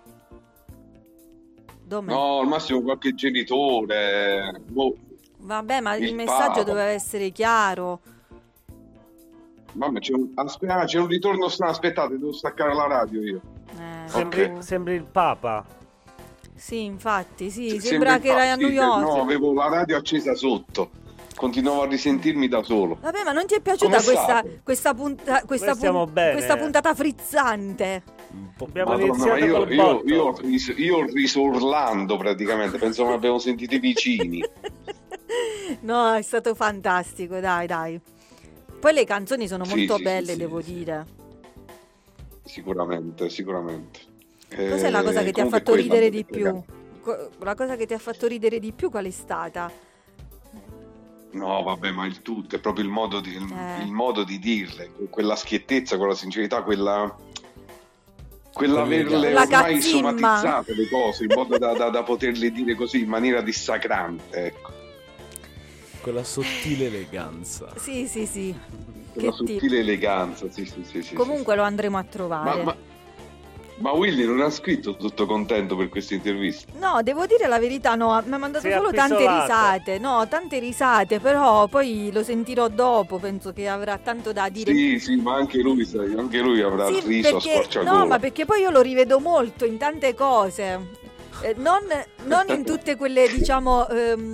Dove? No, al massimo qualche genitore. Boh. Vabbè, ma il Il messaggio Papa. doveva essere chiaro. Mamma, c'è un ritorno strano. Aspettate, devo staccare la radio io. Sembri il Papa. Sì, infatti, sì, Sì, sembra che era a New York. No, avevo la radio accesa sotto. Continuavo a risentirmi da solo. Vabbè, ma non ti è piaciuta Come state? questa stiamo bene. questa puntata frizzante? Abbiamo Madonna, ma iniziato col botto. io ho riso urlando praticamente. Pensavo che abbiamo sentito i vicini. No, è stato fantastico, dai. Poi le canzoni sono Sì, molto sì, belle, sì, devo sì. dire. Sicuramente. Cos'è la cosa che ti ha comunque fatto quella ridere mi di più? La cosa che ti ha fatto ridere di più qual è stata? No, vabbè, ma il tutto è proprio il modo di dirle, quella schiettezza, quella sincerità, quella averle La ormai cazzimma. somatizzate le cose in modo da poterle dire così in maniera dissacrante, ecco. Quella sottile eleganza. Sì. Quella Che sottile eleganza, sì. Comunque lo andremo a trovare. Ma Willy non ha scritto tutto contento per questa intervista? No, devo dire la verità, no, mi ha mandato Si è solo tante appisolato. risate, no, tante risate, però poi lo sentirò dopo, penso che avrà tanto da dire. Sì, ma anche lui avrà Sì, riso a squarciagola. no, ma perché poi io lo rivedo molto in tante cose, non in tutte quelle, diciamo,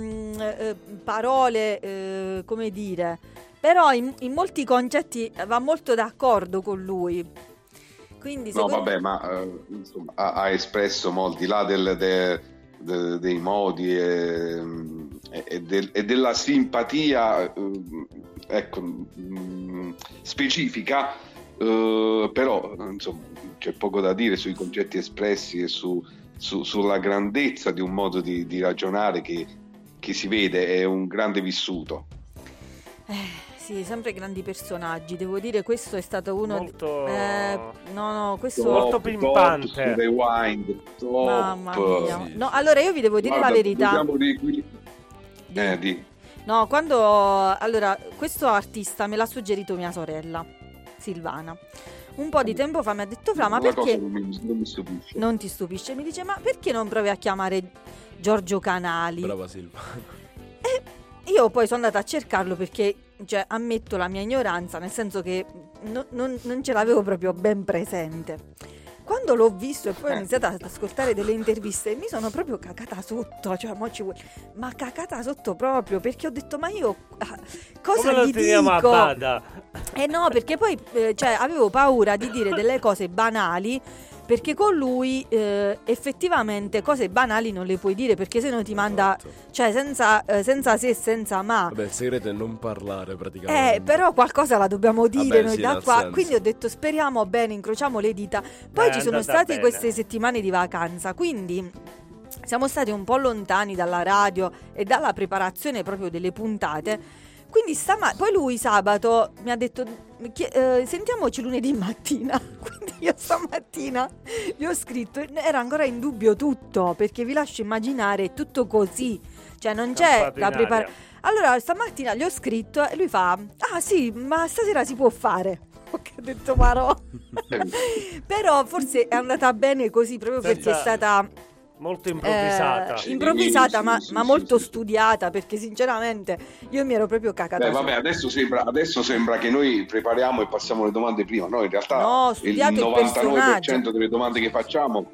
parole, come dire, però in molti concetti va molto d'accordo con lui. Quindi, No, vabbè, ma insomma, ha espresso molto, di là dei modi e della simpatia, ecco, specifica, però insomma c'è poco da dire sui concetti espressi e sulla grandezza di un modo di ragionare che si vede, è un grande vissuto. Sì, sempre grandi personaggi, devo dire, questo è stato uno Molto- questo Molto Top, pimpante. su Rewind, top. mamma mia. Sì. No, allora io vi devo dire Guarda, la verità. di No, allora, questo artista me l'ha suggerito mia sorella, Silvana. Un po' di tempo fa mi ha detto: Fra, ma una cosa perché non mi stupisce. non ti stupisce? Mi dice: ma perché non provi a chiamare Giorgio Canali? Brava Silva. Io poi sono andata a cercarlo perché, cioè, ammetto la mia ignoranza, nel senso che non ce l'avevo proprio ben presente. Quando l'ho visto e poi ho iniziato ad ascoltare delle interviste, mi sono proprio cacata sotto, cioè, ma cacata sotto proprio, perché ho detto: ma io cosa Come lo gli teniamo a dico? bada? No, perché poi cioè, avevo paura di dire delle cose banali, perché con lui effettivamente cose banali non le puoi dire, perché se no ti manda, Esatto. cioè senza se e senza ma. Vabbè, il segreto è non parlare praticamente. Però qualcosa la dobbiamo dire Vabbè, noi sì, da nel qua. senso. Quindi ho detto: speriamo bene, incrociamo le dita. Poi È ci sono andata state bene. queste settimane di vacanza, quindi siamo stati un po' lontani dalla radio e dalla preparazione proprio delle puntate. Quindi poi lui sabato mi ha detto: sentiamoci lunedì mattina. Quindi io stamattina gli ho scritto, era ancora in dubbio tutto, perché vi lascio immaginare è tutto così, cioè non c'è Campato la in preparazione. Allora stamattina gli ho scritto e lui fa: ah sì, ma stasera si può fare. Ok, ho detto Marò. Però forse è andata bene così, proprio perché è stata Molto improvvisata. improvvisata, Sì, ma sì, molto sì. studiata, perché sinceramente io mi ero proprio cacata Beh, vabbè, sotto. adesso sembra che noi prepariamo e passiamo le domande prima. No, in realtà No, il studiate il 99% personaggio. delle domande che facciamo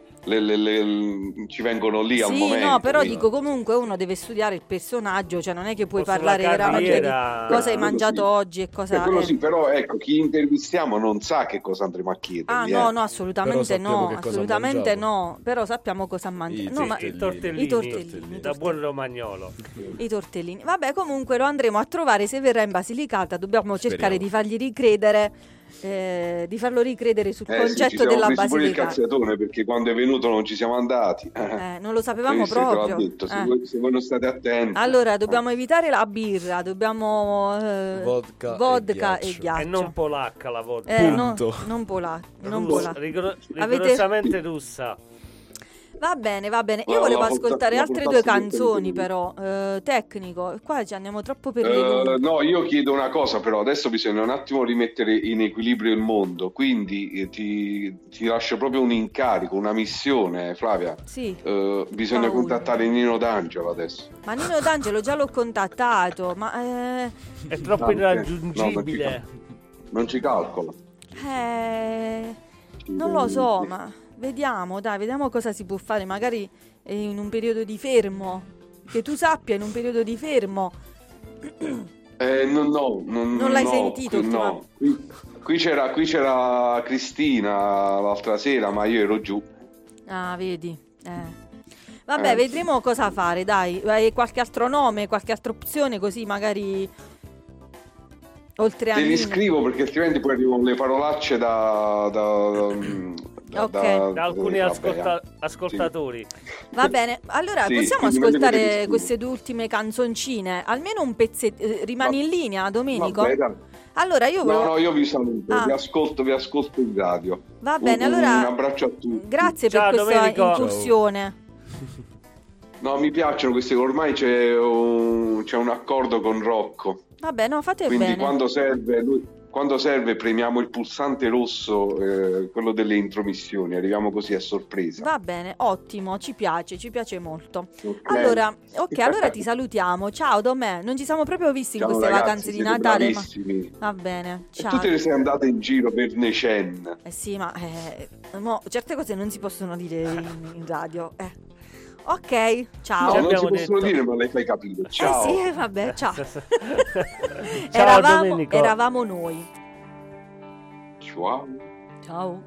ci vengono lì al Sì, momento. no, però quindi- dico, comunque uno deve studiare il personaggio, cioè non è che puoi O sulla parlare veramente di carriera. cosa hai Quello mangiato sì. oggi e cosa Quello sì, però ecco, chi intervistiamo non sa che cosa andremo a chiedergli. no, Però assolutamente sappiamo no, che cosa ha assolutamente mangiato. no, però sappiamo cosa ha mangiato. No, ma I I tortellini, I tortellini. da buon romagnolo. i tortellini. Vabbè, comunque lo andremo a trovare se verrà in Basilicata, dobbiamo cercare Speriamo. di fargli ricredere, di farlo ricredere sul Sì, ci concetto siamo della presi pure il Basilicata. cazziatone perché quando è venuto non ci siamo andati. Non lo sapevamo Questo te l'ho proprio. detto, se voi non state attenti. Allora, dobbiamo evitare la birra, dobbiamo Vodka e e ghiaccio. E non polacca la vodka. Punto. Non polacca, non Russa, polacca. rigorosamente russa. Va bene. Io La volevo porta- ascoltare la altre due portassi dentro canzoni, di te. però. Tecnico, qua ci andiamo troppo per le lunghe. No, io chiedo una cosa, però adesso bisogna un attimo rimettere in equilibrio il mondo, quindi ti lascio proprio un incarico, una missione, Flavia. Sì, Bisogna Paolo. contattare Nino D'Angelo adesso. ma Nino D'Angelo già l'ho contattato, ma È troppo No, irraggiungibile. Non ci calcola. non lo so, ma vediamo cosa si può fare, magari in un periodo di fermo, che tu sappia, in un periodo di fermo. Non l'hai sentito no. Qui c'era Cristina l'altra sera, ma io ero giù. Ah, vedi. Vabbè, vedremo cosa fare, dai. Hai qualche altro nome, qualche altra opzione, così magari Oltre a Te li Nino. scrivo perché altrimenti poi arrivano le parolacce da alcuni vabbè, ascoltatori. Va bene, allora Sì, possiamo quindi meglio che ascoltare riscrivo. queste due ultime canzoncine, almeno un pezzetto. Rimani in linea, Domenico? Vabbè, dai. Allora io No, io vi saluto, Ah. vi ascolto in radio. Va bene, Un allora abbraccio a tutti. grazie Ciao, per questa Domenico. incursione. No, mi piacciono queste, ormai c'è un accordo con Rocco. Vabbè, no, fate Quindi bene. quando serve premiamo il pulsante rosso, quello delle intromissioni, arriviamo così a sorpresa. Va bene, ottimo, ci piace molto. Ok. Allora ti salutiamo. Ciao Domè, non ci siamo proprio visti in Ciao, queste ragazzi, vacanze di siete Natale, ma bravissimi. va bene. E Ciao. tu te ne sei andata in giro per Necen. Sì, ma certe cose non si possono dire in radio. Ok, ciao. No, Ci non si abbiamo possono detto. dire, ma le fai capire. Ciao. Sì, vabbè, ciao. Ciao, Domenico. Eravamo noi. Ciao. Ciao.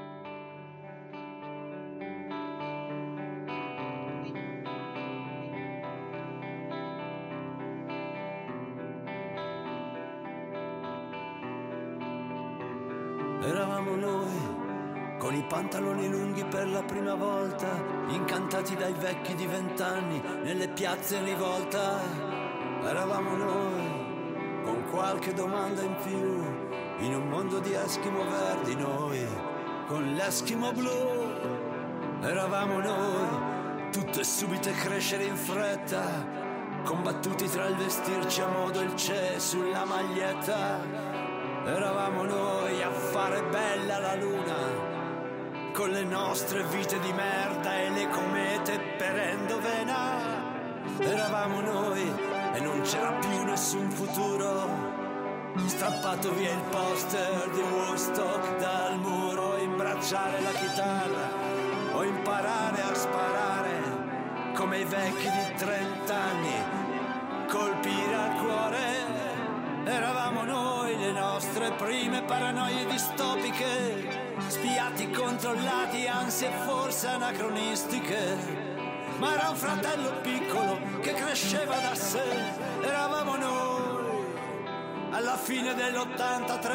Eravamo noi, con i pantaloni lunghi per la prima volta, incantati dai vecchi di 20 anni, nelle piazze in rivolta. Eravamo noi, con qualche domanda in più, in un mondo di eschimo verdi noi, con l'eschimo blu. Eravamo noi, tutto e subito e crescere in fretta, combattuti tra il vestirci a modo il c'è sulla maglietta. Eravamo noi a fare bella la luna, con le nostre vite di merda e le comete per endovena. Eravamo noi e non c'era più nessun futuro, strappato via il poster di Woodstock dal muro, imbracciare la chitarra o imparare a sparare come i vecchi di 30 anni, colpire al cuore. Eravamo noi, le nostre prime paranoie distopiche, spiati, controllati, ansie forse anacronistiche. Ma era un fratello piccolo che cresceva da sé. Eravamo noi, alla fine dell'83.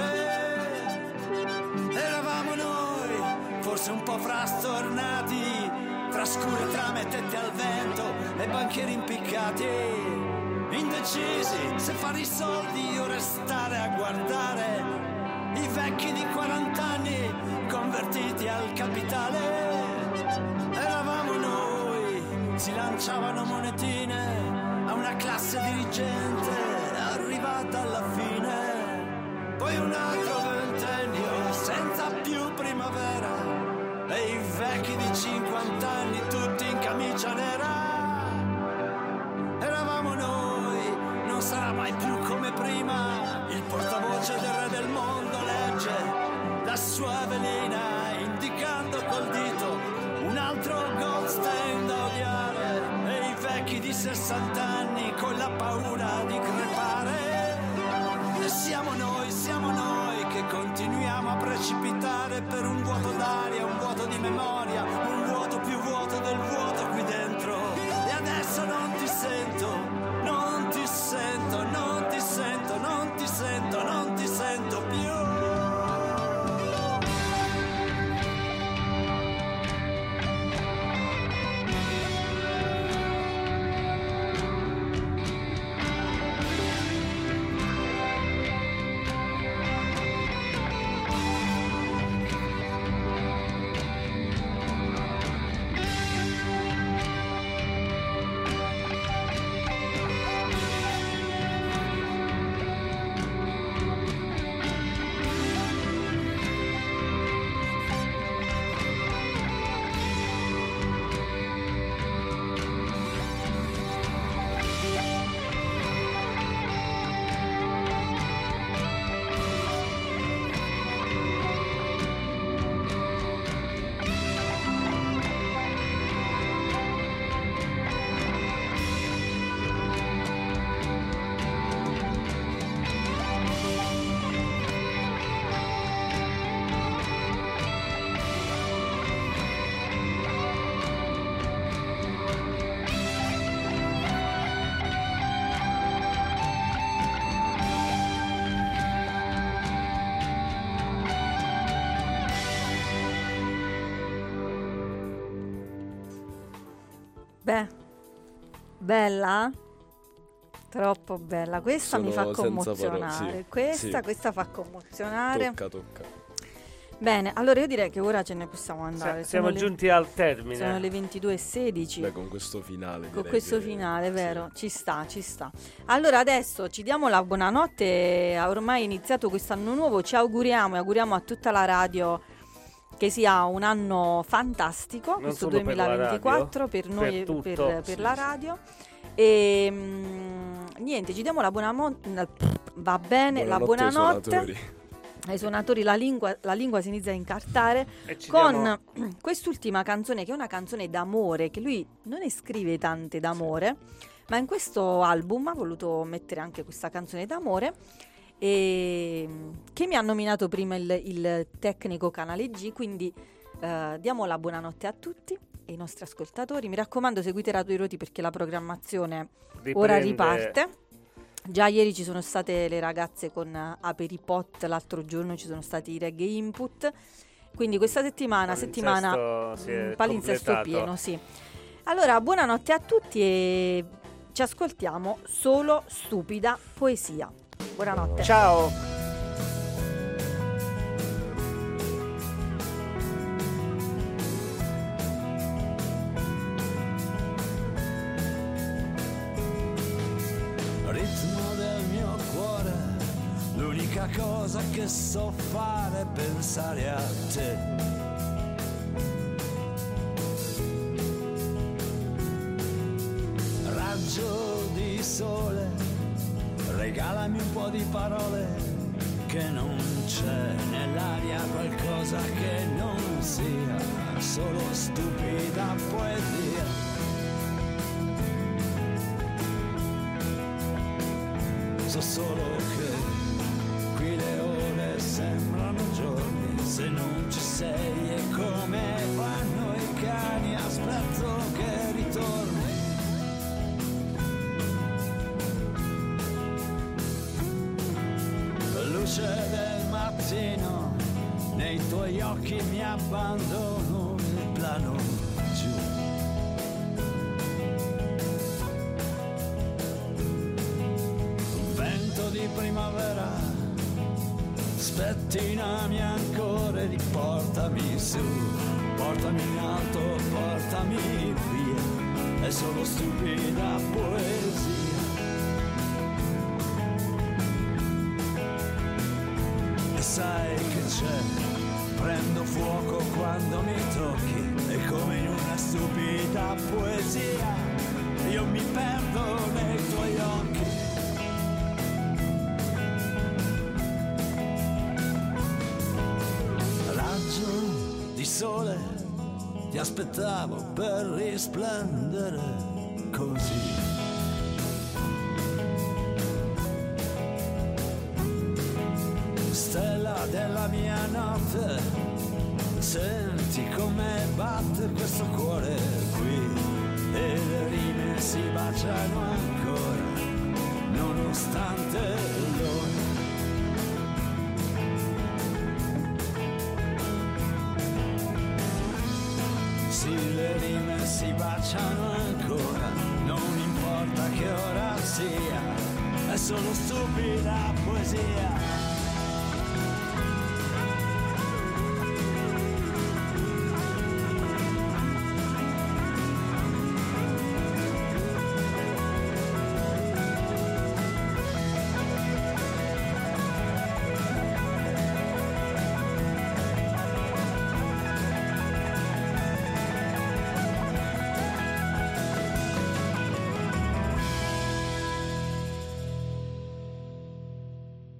Eravamo noi, forse un po' frastornati, tra scure trame tette al vento e banchieri impiccati, indecisi se fare i soldi o restare a guardare i vecchi di 40 anni convertiti al capitale. Eravamo noi, si lanciavano monetine a una classe dirigente arrivata alla fine, poi un altro ventennio senza più primavera e i vecchi di 50 anni tutti in camicia nera. Eravamo noi, non sarà mai più come prima, il portavoce del re del mondo legge la sua velina indicando col dito un altro Goldstein da odiare e i vecchi di 60 anni con la paura di crepare. E siamo noi che continuiamo a precipitare per un vuoto d'aria, un vuoto di memoria, un vuoto più vuoto del vuoto qui dentro. E adesso non ti sento, non ti sento, non ti sento, non ti sento, non ti sento più. Beh, bella? Troppo bella. Questa mi fa commozionare. Questa fa commozionare. Tocca. Bene, allora io direi che ora ce ne possiamo andare. Siamo giunti al termine. Sono le 22:16. Beh, con questo finale. Con questo finale, vero? Ci sta. Allora adesso ci diamo la buonanotte. Ormai è iniziato quest'anno nuovo. Ci auguriamo a tutta la radio che sia un anno fantastico, non questo 2024 per noi e per la radio. E niente, ci diamo la buonanotte. Va bene, la buonanotte. Ai suonatori la lingua si inizia a incartare con quest'ultima canzone, che è una canzone d'amore, che lui non ne scrive tante d'amore, ma in questo album ha voluto mettere anche questa canzone d'amore, e che mi ha nominato prima il tecnico Canale G. Quindi diamo la buonanotte a tutti e ai nostri ascoltatori. Mi raccomando, seguite Radio Roti perché la programmazione ora riparte. Già ieri ci sono state le ragazze con Aperipot, l'altro giorno ci sono stati i Reggae Input, quindi questa settimana palinsesto pieno, sì. Allora, buonanotte a tutti e ci ascoltiamo Solo Stupida Poesia. Buonanotte. Ciao. L'unica cosa che so fare è pensare a te. Raggio di sole, regalami un po' di parole, che non c'è nell'aria qualcosa che non sia solo stupida poesia. So solo che qui le ore sembrano giorni, se non ci sei è come fanno i cani, aspetto che ritorni. Luce del mattino, nei tuoi occhi mi abbandono il plano giù. Vento di primavera, spettinami ancora e riportami su, portami in alto, portami via, è solo stupida poesia. E sai che c'è, prendo fuoco quando mi tocchi, è come in una stupida poesia, io mi perdo nei tuoi occhi. Di sole ti aspettavo per risplendere così. Stella della mia notte, senti come batte questo cuore qui, e le rime si baciano ancora nonostante l'ora. Sì, le rime si baciano ancora, non importa che ora sia, è solo stupida poesia.